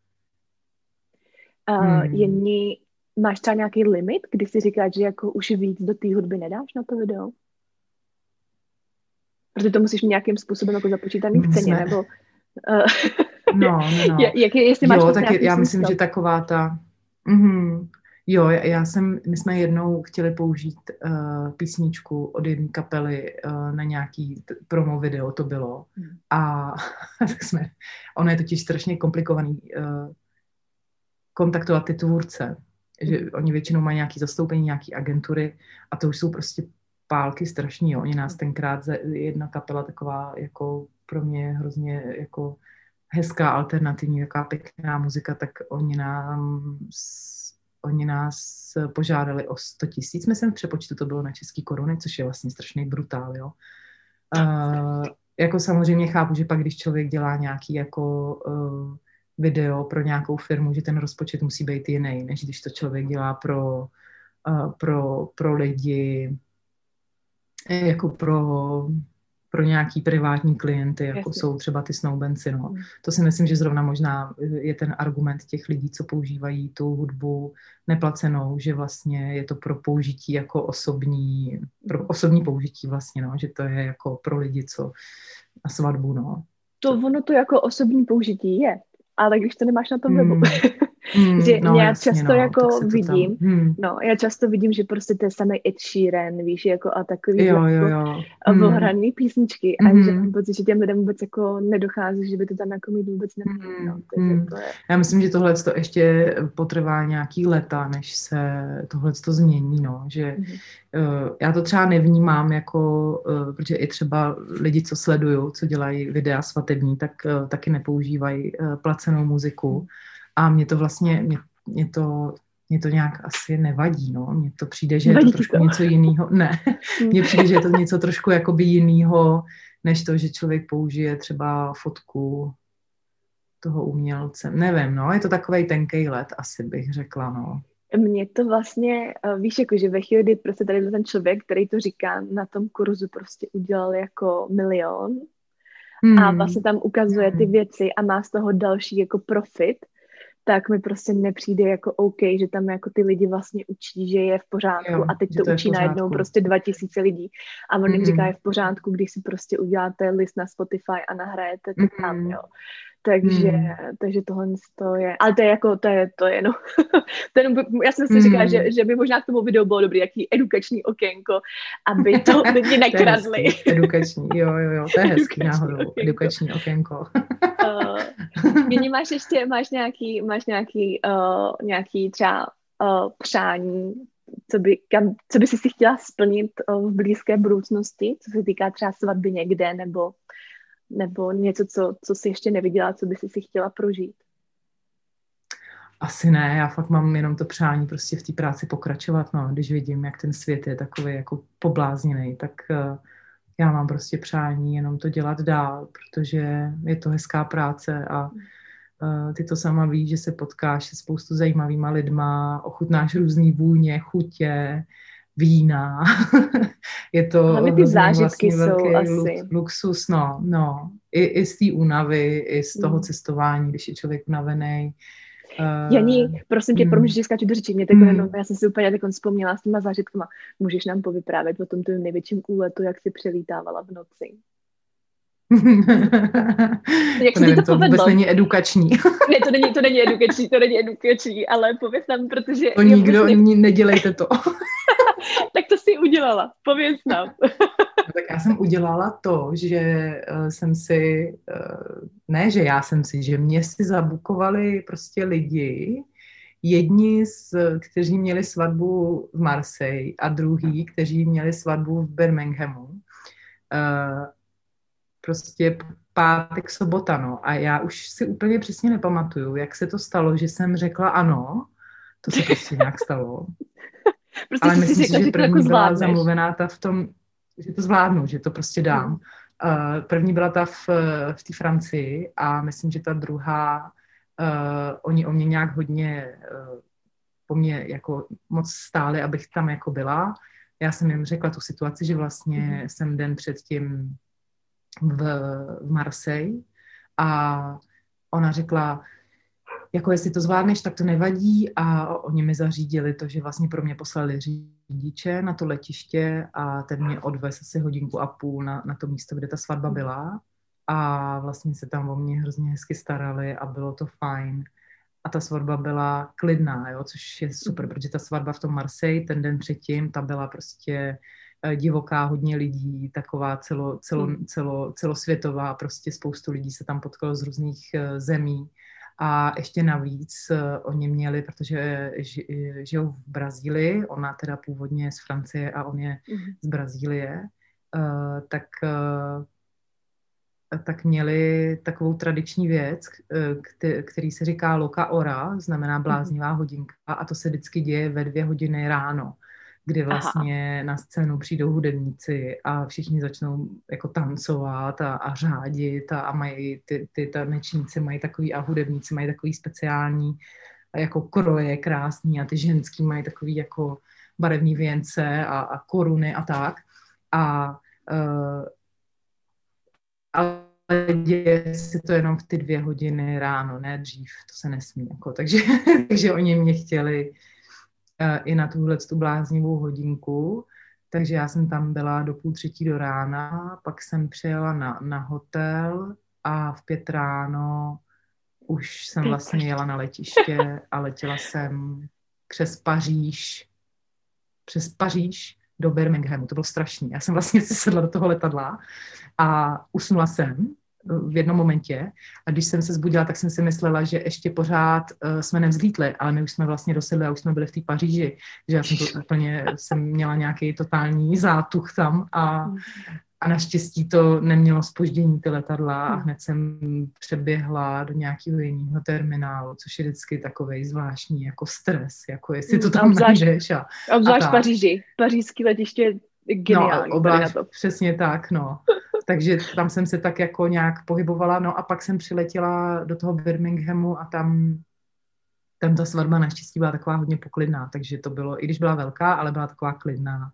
Máš třeba nějaký limit, kdy si říkáš, že jako už víc do té hudby nedáš na to video? Protože to musíš nějakým způsobem jako započítaný v ceně, nebo... No. Jestli máš jo, tak já myslím, že taková ta... Jo, my jsme jednou chtěli použít písničku od jedné kapely na nějaký promo video, to bylo. A tak ono je totiž strašně komplikovaný kontaktovat ty tvůrce, že oni většinou mají nějaké zastoupení, nějaké agentury a to už jsou prostě pálky strašný, jo. Oni nás tenkrát, jedna kapela taková jako pro mě hrozně jako hezká, alternativní, jaká pěkná muzika, tak oni nás požádali o 100 000, myslím v přepočtu to bylo na český koruny, což je vlastně strašný brutál, jo. Jako samozřejmě chápu, že pak, když člověk dělá nějaký jako video pro nějakou firmu, že ten rozpočet musí být jiný, než když to člověk dělá pro lidi, jako pro nějaký privátní klienty, jako jsou třeba ty snoubenci, no. To si myslím, že zrovna možná je ten argument těch lidí, co používají tu hudbu neplacenou, že vlastně je to pro použití jako pro osobní použití vlastně, no, že to je jako pro lidi, co na svatbu, no. Ono to jako osobní použití je, ale když to nemáš na tom webu. Že já často jako vidím, já často vidím, že prostě to je samý Ed Sheeran, víš, jako a takový ohraný písničky a že mám pocit, že těm lidem vůbec jako nedochází, že by to tam jako mít vůbec nemělo. Já myslím, že tohle to ještě potrvá nějaký leta, než se tohle to změní, no, že já to třeba nevnímám jako, protože i třeba lidi, co sleduju, co dělají videa svatební, tak taky nepoužívají placenou muziku. A mě to vlastně, mě to nějak asi nevadí, no. Mně to přijde, že je to trošku něco jiného. Ne, mně přijde, že je to něco trošku jakoby jiného, než to, že člověk použije třeba fotku toho umělce. Nevím, no, je to takovej tenkej led, asi bych řekla, no. Mně to vlastně, víš, jako, že ve chvíli, kdy prostě tady ten člověk, který to říká na tom kurzu, prostě udělal jako 1 000 000 a vlastně tam ukazuje ty věci a má z toho další jako profit, tak mi prostě nepřijde jako OK, že tam jako ty lidi vlastně učí, že je v pořádku a teď to učí najednou prostě 2000 lidí a on jim říká, je v pořádku, když si prostě uděláte list na Spotify a nahrajete to tam, jo. Takže tohle je, ale to je jako, to je no. Já jsem si říkala, že by možná k tomu videu bylo dobrý, jaký edukační okénko, aby to lidi nekradli. Edukační, jo, to je hezký náhodou, edukační okénko. Nyní máš nějaký třeba přání, co by si chtěla splnit v blízké budoucnosti, co se týká třeba svatby někde, nebo něco, co jsi ještě neviděla, co by si chtěla prožít? Asi ne, já fakt mám jenom to přání prostě v té práci pokračovat, no, když vidím, jak ten svět je takový jako poblázněnej, tak já mám prostě přání jenom to dělat dál, protože je to hezká práce a ty to sama víš, že se potkáš se spoustu zajímavýma lidma, ochutnáš různý vůně, chutě, vína. Je to Hlavně ty hrozně zážitky vlastně jsou velký asi. luxus, no. I z té únavy, i z toho Mm. cestování, když je člověk unavený. Janí, prosím tě, promiň, že skáču do řeči, mě tak jenom, já jsem si úplně tak vzpomněla s těma zážitkama. Můžeš nám povyprávět o tom tvým největším úletu, jak jsi přelítávala v noci? Jak To se ti nevím, to to vůbec povedlo? není edukační. Ne, to není edukační, ale pověz nám, protože... To nikdo, nedělejte to. Tak to si udělala, pověz nám. Tak já jsem udělala to, že jsem si, ne, že já jsem si, že mě si zabukovali prostě lidi, jedni, kteří měli svatbu v Marseille a druhý, kteří měli svatbu v Birminghamu. Prostě pátek, sobota, no. A já už si úplně přesně nepamatuju, jak se to stalo, že jsem řekla ano, to se prostě nějak stalo. Prostě ale myslím si, že první jako byla zamluvená ta v tom, že to zvládnu, že to prostě dám. První byla ta v té Francii a myslím, že ta druhá, oni o mě nějak hodně po mně jako moc stáli, abych tam jako byla. Já jsem jim řekla tu situaci, že vlastně jsem den předtím v Marseille a ona řekla, jako jestli to zvládneš, tak to nevadí a oni mi zařídili to, že vlastně pro mě poslali řidiče na to letiště a ten mě odvez asi 1,5 hodiny na to místo, kde ta svatba byla a vlastně se tam o mě hrozně hezky starali a bylo to fajn. A ta svatba byla klidná, jo, což je super, protože ta svatba v tom Marseille ten den předtím, ta byla prostě divoká, hodně lidí, taková celosvětová, prostě spoustu lidí se tam potkalo z různých zemí. A ještě navíc oni měli, protože žijou v Brazílii, ona teda původně je z Francie a on je z Brazílie, tak měli takovou tradiční věc, který se říká loka ora, znamená bláznivá hodinka a to se vždycky děje ve 2 hodiny ráno, kdy vlastně na scénu přijdou hudebníci a všichni začnou jako tancovat a řádit a mají ty tanečníci mají takový a hudebníci mají takový speciální jako kroje krásný a ty ženský mají takový jako barevný věnce a koruny a tak. Ale děje se to jenom v ty 2 hodiny ráno, ne dřív, to se nesmí. Jako, takže oni mě chtěli i na tu bláznivou hodinku, takže já jsem tam byla do 2:30 do rána, pak jsem přijela na hotel a v 5 ráno už jsem vlastně jela na letiště a letěla jsem přes Paříž do Birminghamu. To bylo strašný. Já jsem vlastně si sedla do toho letadla a usnula jsem v jednom momentě a když jsem se zbudila, tak jsem si myslela, že ještě pořád jsme nevzlítli, ale my už jsme vlastně dosedli a už jsme byli v té Paříži, že já jsem měla nějaký totální zátuch tam a naštěstí to nemělo zpoždění ty letadla a hned jsem přeběhla do nějakého jiného terminálu, což je vždycky takovej zvláštní jako stres, jako jestli to tam najdeš. Obzvlášť v Paříži. Pařížský letiště je geniální. No, přesně tak, no. Takže tam jsem se tak jako nějak pohybovala, no a pak jsem přiletěla do toho Birminghamu a tam ta svatba naštěstí byla taková hodně poklidná, takže to bylo, i když byla velká, ale byla taková klidná.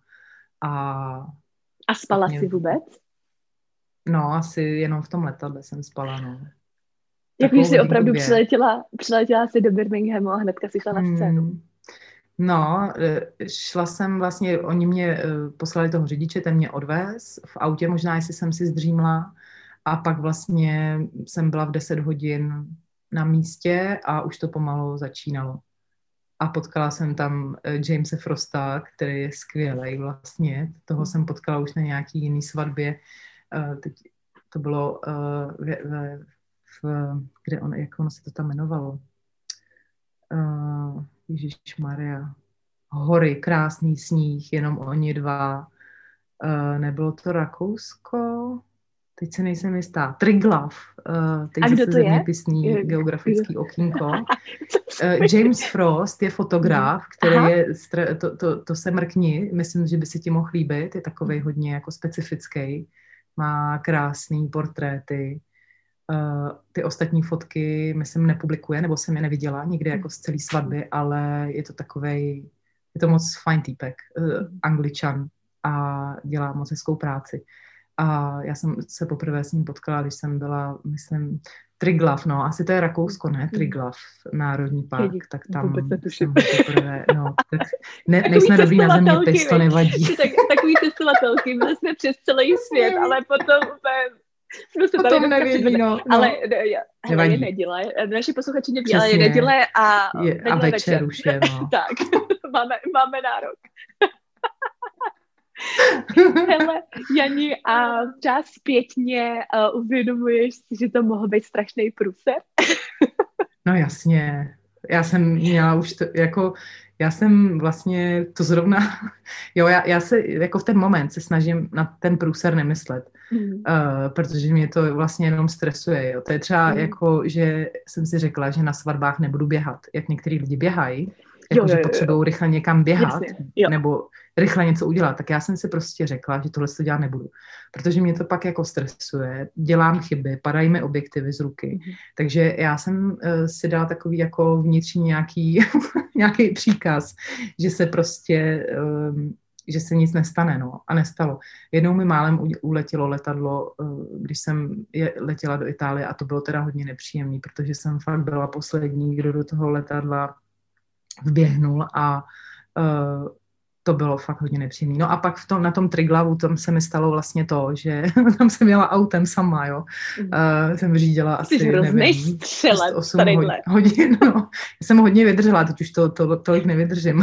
A spala jsi vůbec? No, asi jenom v tom letadle jsem spala, no. Jak jsi opravdu přiletěla jsi do Birminghamu a hnedka si šla na scénu? No, šla jsem vlastně, oni mě poslali toho řidiče, ten mě odvez v autě, možná jestli jsem si zdřímla a pak vlastně jsem byla v 10 hodin na místě a už to pomalu začínalo. A potkala jsem tam Jamese Frosta, který je skvělej vlastně, toho jsem potkala už na nějaký jiný svatbě, teď to bylo jak ono se to tam jmenovalo? Ježišmarja. Hory, krásný sníh, jenom oni dva. Nebylo to Rakousko? Teď se nejsem jistá. Triglav. Teď a kdo to je? Zeměpisný geografický okýnko. James Frost je fotograf, který je, to se mrkni, myslím, že by se ti mohl líbit, je takovej hodně jako specifický, má krásný portréty ty ostatní fotky myslím nepublikuje, nebo jsem je neviděla nikdy jako z celé svatby, ale je to takovej, je to moc fajn týpek, Angličan a dělá moc hezkou práci. A já jsem se poprvé s ním potkala, když jsem byla, myslím, Triglav, no, asi to je Rakousko, ne? Triglav, Národní park, tak tam jsem poprvé, no, tak nejsme dobrý na zeměpis, to nevadí. Takový cestovatelky, byli jsme přes celý svět, ale potom jsme se potom nevědí, no. Ale je neděle, naši posluchači neví, ale je neděle a večer už je, no. Tak, máme nárok. Hele, Jani, a čas zpětně uvědomuješ si, že to mohl být strašný průser? No jasně, já jsem měla už to, jako, já jsem vlastně to zrovna, jo, já se jako v ten moment se snažím na ten průser nemyslet, protože mě to vlastně jenom stresuje, jo. To je třeba jako, že jsem si řekla, že na svatbách nebudu běhat, jak některý lidi běhají, jako, že potřebují rychle někam běhat, nebo rychle něco udělat, tak já jsem si prostě řekla, že tohle to dělat nebudu, protože mě to pak jako stresuje, dělám chyby, padají mi objektivy z ruky, takže já jsem si dala takový jako vnitřní nějaký příkaz, že se prostě, že se nic nestane, no, a nestalo. Jednou mi málem uletělo letadlo, když jsem letěla do Itálie a to bylo teda hodně nepříjemný, protože jsem fakt byla poslední, kdo do toho letadla vběhnul a to bylo fakt hodně nepříjemný. No a pak na tom Triglavu tam se mi stalo vlastně to, že tam jsem jela autem sama, jo. Jsem řídila asi, nevím, 8 hodin, no. Já jsem hodně vydržela, teď už to tolik nevydržím.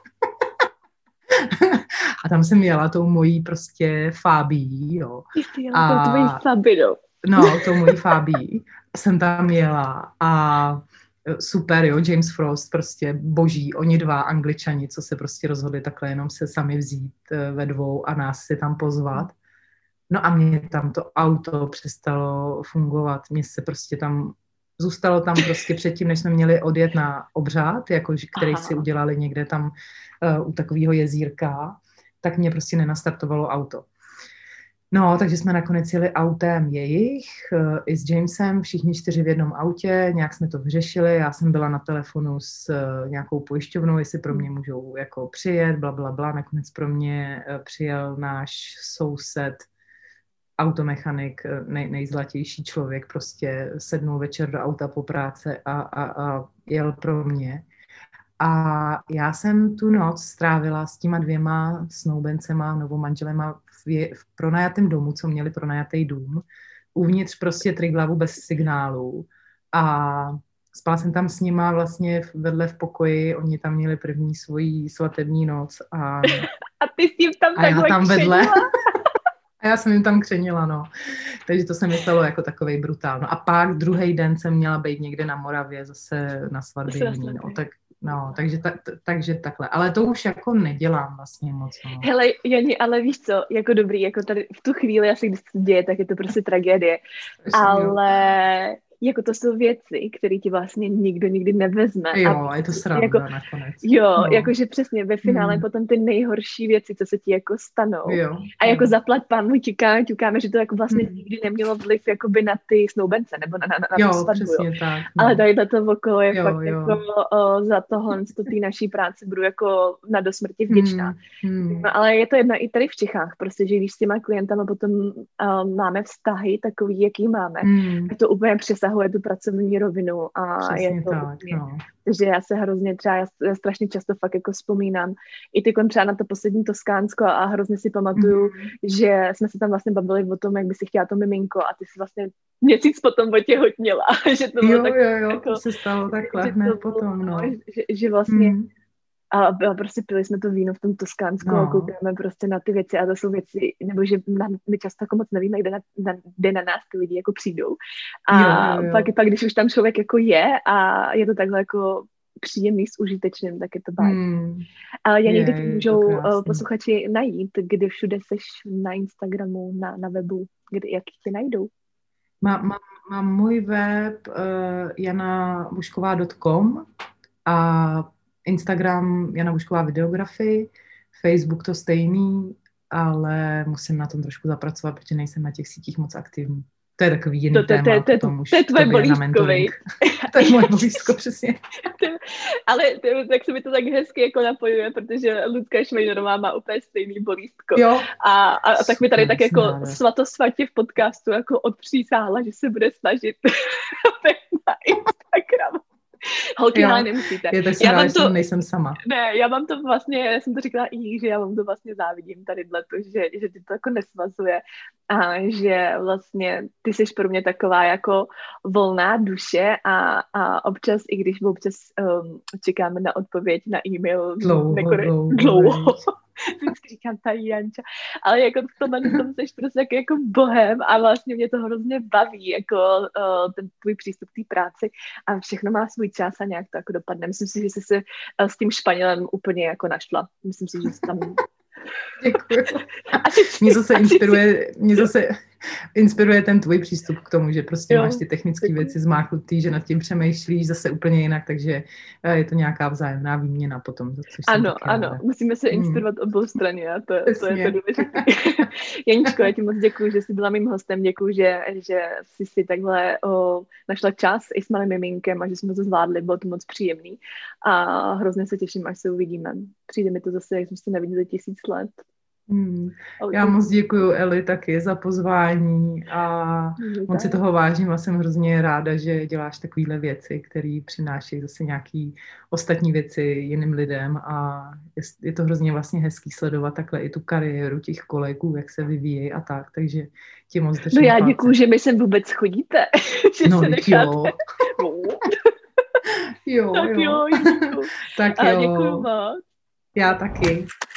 A tam jsem jela tou mojí prostě Fabii, jo. Jsi jela tou tvojí Fabinou. No, tou mojí Fabii. Jsem tam jela a super, jo, James Frost, prostě boží, oni dva Angličani, co se prostě rozhodli takhle jenom se sami vzít ve dvou a nás si tam pozvat. No a mě tam to auto přestalo fungovat, zůstalo tam prostě předtím, než jsme měli odjet na obřád, jako, který si udělali někde tam u takového jezírka, tak mě prostě nenastartovalo auto. No, takže jsme nakonec jeli autem jejich i s Jamesem, všichni 4 v jednom autě, nějak jsme to vyřešili, já jsem byla na telefonu s nějakou pojišťovnou, jestli pro mě můžou jako přijet, blablabla, nakonec pro mě přijel náš soused, automechanik, nejzlatější člověk, prostě sednul večer do auta po práci a jel pro mě. A já jsem tu noc strávila s těma 2 snoubencema, novomanželema v pronajatém domu, co měli pronajatý dům, uvnitř prostě Triglavu bez signálu. A spala jsem tam s nima vlastně vedle v pokoji, oni tam měli první svoji svatební noc. A ty s tím tam takhle tam vedle. A já jsem jim tam křenila, no. Takže to se mi stalo jako takovej brutál. No a pak druhý den jsem měla být někde na Moravě zase na svatbě. No, takže takhle. Ale to už jako nedělám vlastně moc. No. Hele, Jani, ale víš co, jako dobrý, jako tady v tu chvíli asi, když se děje, tak je to prostě tragédie. Ale jako to jsou věci, které ti vlastně nikdo nikdy nevezme. Jo, je to sranda jako, nakonec. Jo, no. Jakože přesně ve finále potom ty nejhorší věci, co se ti jako stanou. Jo, a jako zaplať pánu, ťukáme, že to jako vlastně nikdy nemělo vliv jakoby na ty snoubence, nebo na tu svatbu. Přesně tak. No. Ale tadyhle to okolo je fakt jako za tohle, z té naší práce budu jako na dosmrti vděčná. No, ale je to jedno i tady v Čechách, prostě, že když s těma klientama potom máme vztahy takový, jaký máme, to úplně přesahuje tu pracovní rovinu a přesně je to tak, no. Takže já se hrozně třeba, já strašně často fakt jako vzpomínám i ty třeba na to poslední Toskánsko a hrozně si pamatuju, že jsme se tam vlastně bavili o tom, jak by si chtěla to miminko a ty si vlastně měsíc potom otěhotněla. Že to bylo tak, jako, to se stalo takhle hned potom, no. Že vlastně a prostě pili jsme to víno v tom Toskánsku a koukáme prostě na ty věci a to jsou věci, nebo že my často jako moc nevíme, kde na nás ty lidi jako přijdou. A pak, když už tam člověk jako je a je to takhle jako příjemný s užitečným, tak je to bájný. Ale já někdy můžou posluchači najít, kde všude seš na Instagramu, na webu, jak tě najdou? Mám můj web janabušková.com a Instagram Jana Bušková videografii, Facebook to stejný, ale musím na tom trošku zapracovat, protože nejsem na těch sítích moc aktivní. To je takový jiný téma. To je tvoje bolístko, To je moje bolístko, přesně. Ale tak se mi to tak hezky jako napojuje, protože Lucka Švejnorová má úplně stejný bolístko. Jo. A tak mi tady tak jako svatosvatě v podcastu jako odpřísáhla, že se bude snažit na Instagramu. Holky, ale nemusíte. Já mám to, nejsem sama. Ne, já mám to vlastně, já jsem to říkala i jí, že já vám to vlastně závidím tadyhle, že ty to jako nesvazuje a že vlastně ty jsi pro mě taková jako volná duše a občas, i když občas čekáme na odpověď na e-mail dlouho. Vždycky říkám, ta Janča. Ale jako v tomhle tom jsi prostě jako bohem a vlastně mě to hrozně baví, jako ten tvůj přístup k té práci a všechno má svůj čas a nějak to jako dopadne. Myslím si, že jsi se s tím Španělem úplně jako našla. Myslím si, že jsi tam... Děkuji. Mě zase inspiruje ten tvůj přístup k tomu, že prostě máš ty technické věci zmáklutý, že nad tím přemýšlíš zase úplně jinak, takže je to nějaká vzájemná výměna potom. Ano, musíme se inspirovat obou strany a to je to důležité. Janičko, já ti moc děkuju, že jsi byla mým hostem, děkuju, že jsi si takhle našla čas i s malým miminkem a že jsme to zvládli, bylo to moc příjemný a hrozně se těším, až se uvidíme. Přijde mi to zase, jak jsme se neviděli 1000 let. Já moc děkuju Eli taky za pozvání a moc si toho vážím a jsem hrozně ráda, že děláš takovýhle věci, které přináší zase nějaký ostatní věci jiným lidem a je to hrozně vlastně hezký sledovat takhle i tu kariéru těch kolegů, jak se vyvíjejí a tak, takže ti moc držím. No já děkuju, že mi sem vůbec chodíte. Že no se necháte. Jo. Tak jo. Tak jo. Děkuju moc. Já taky.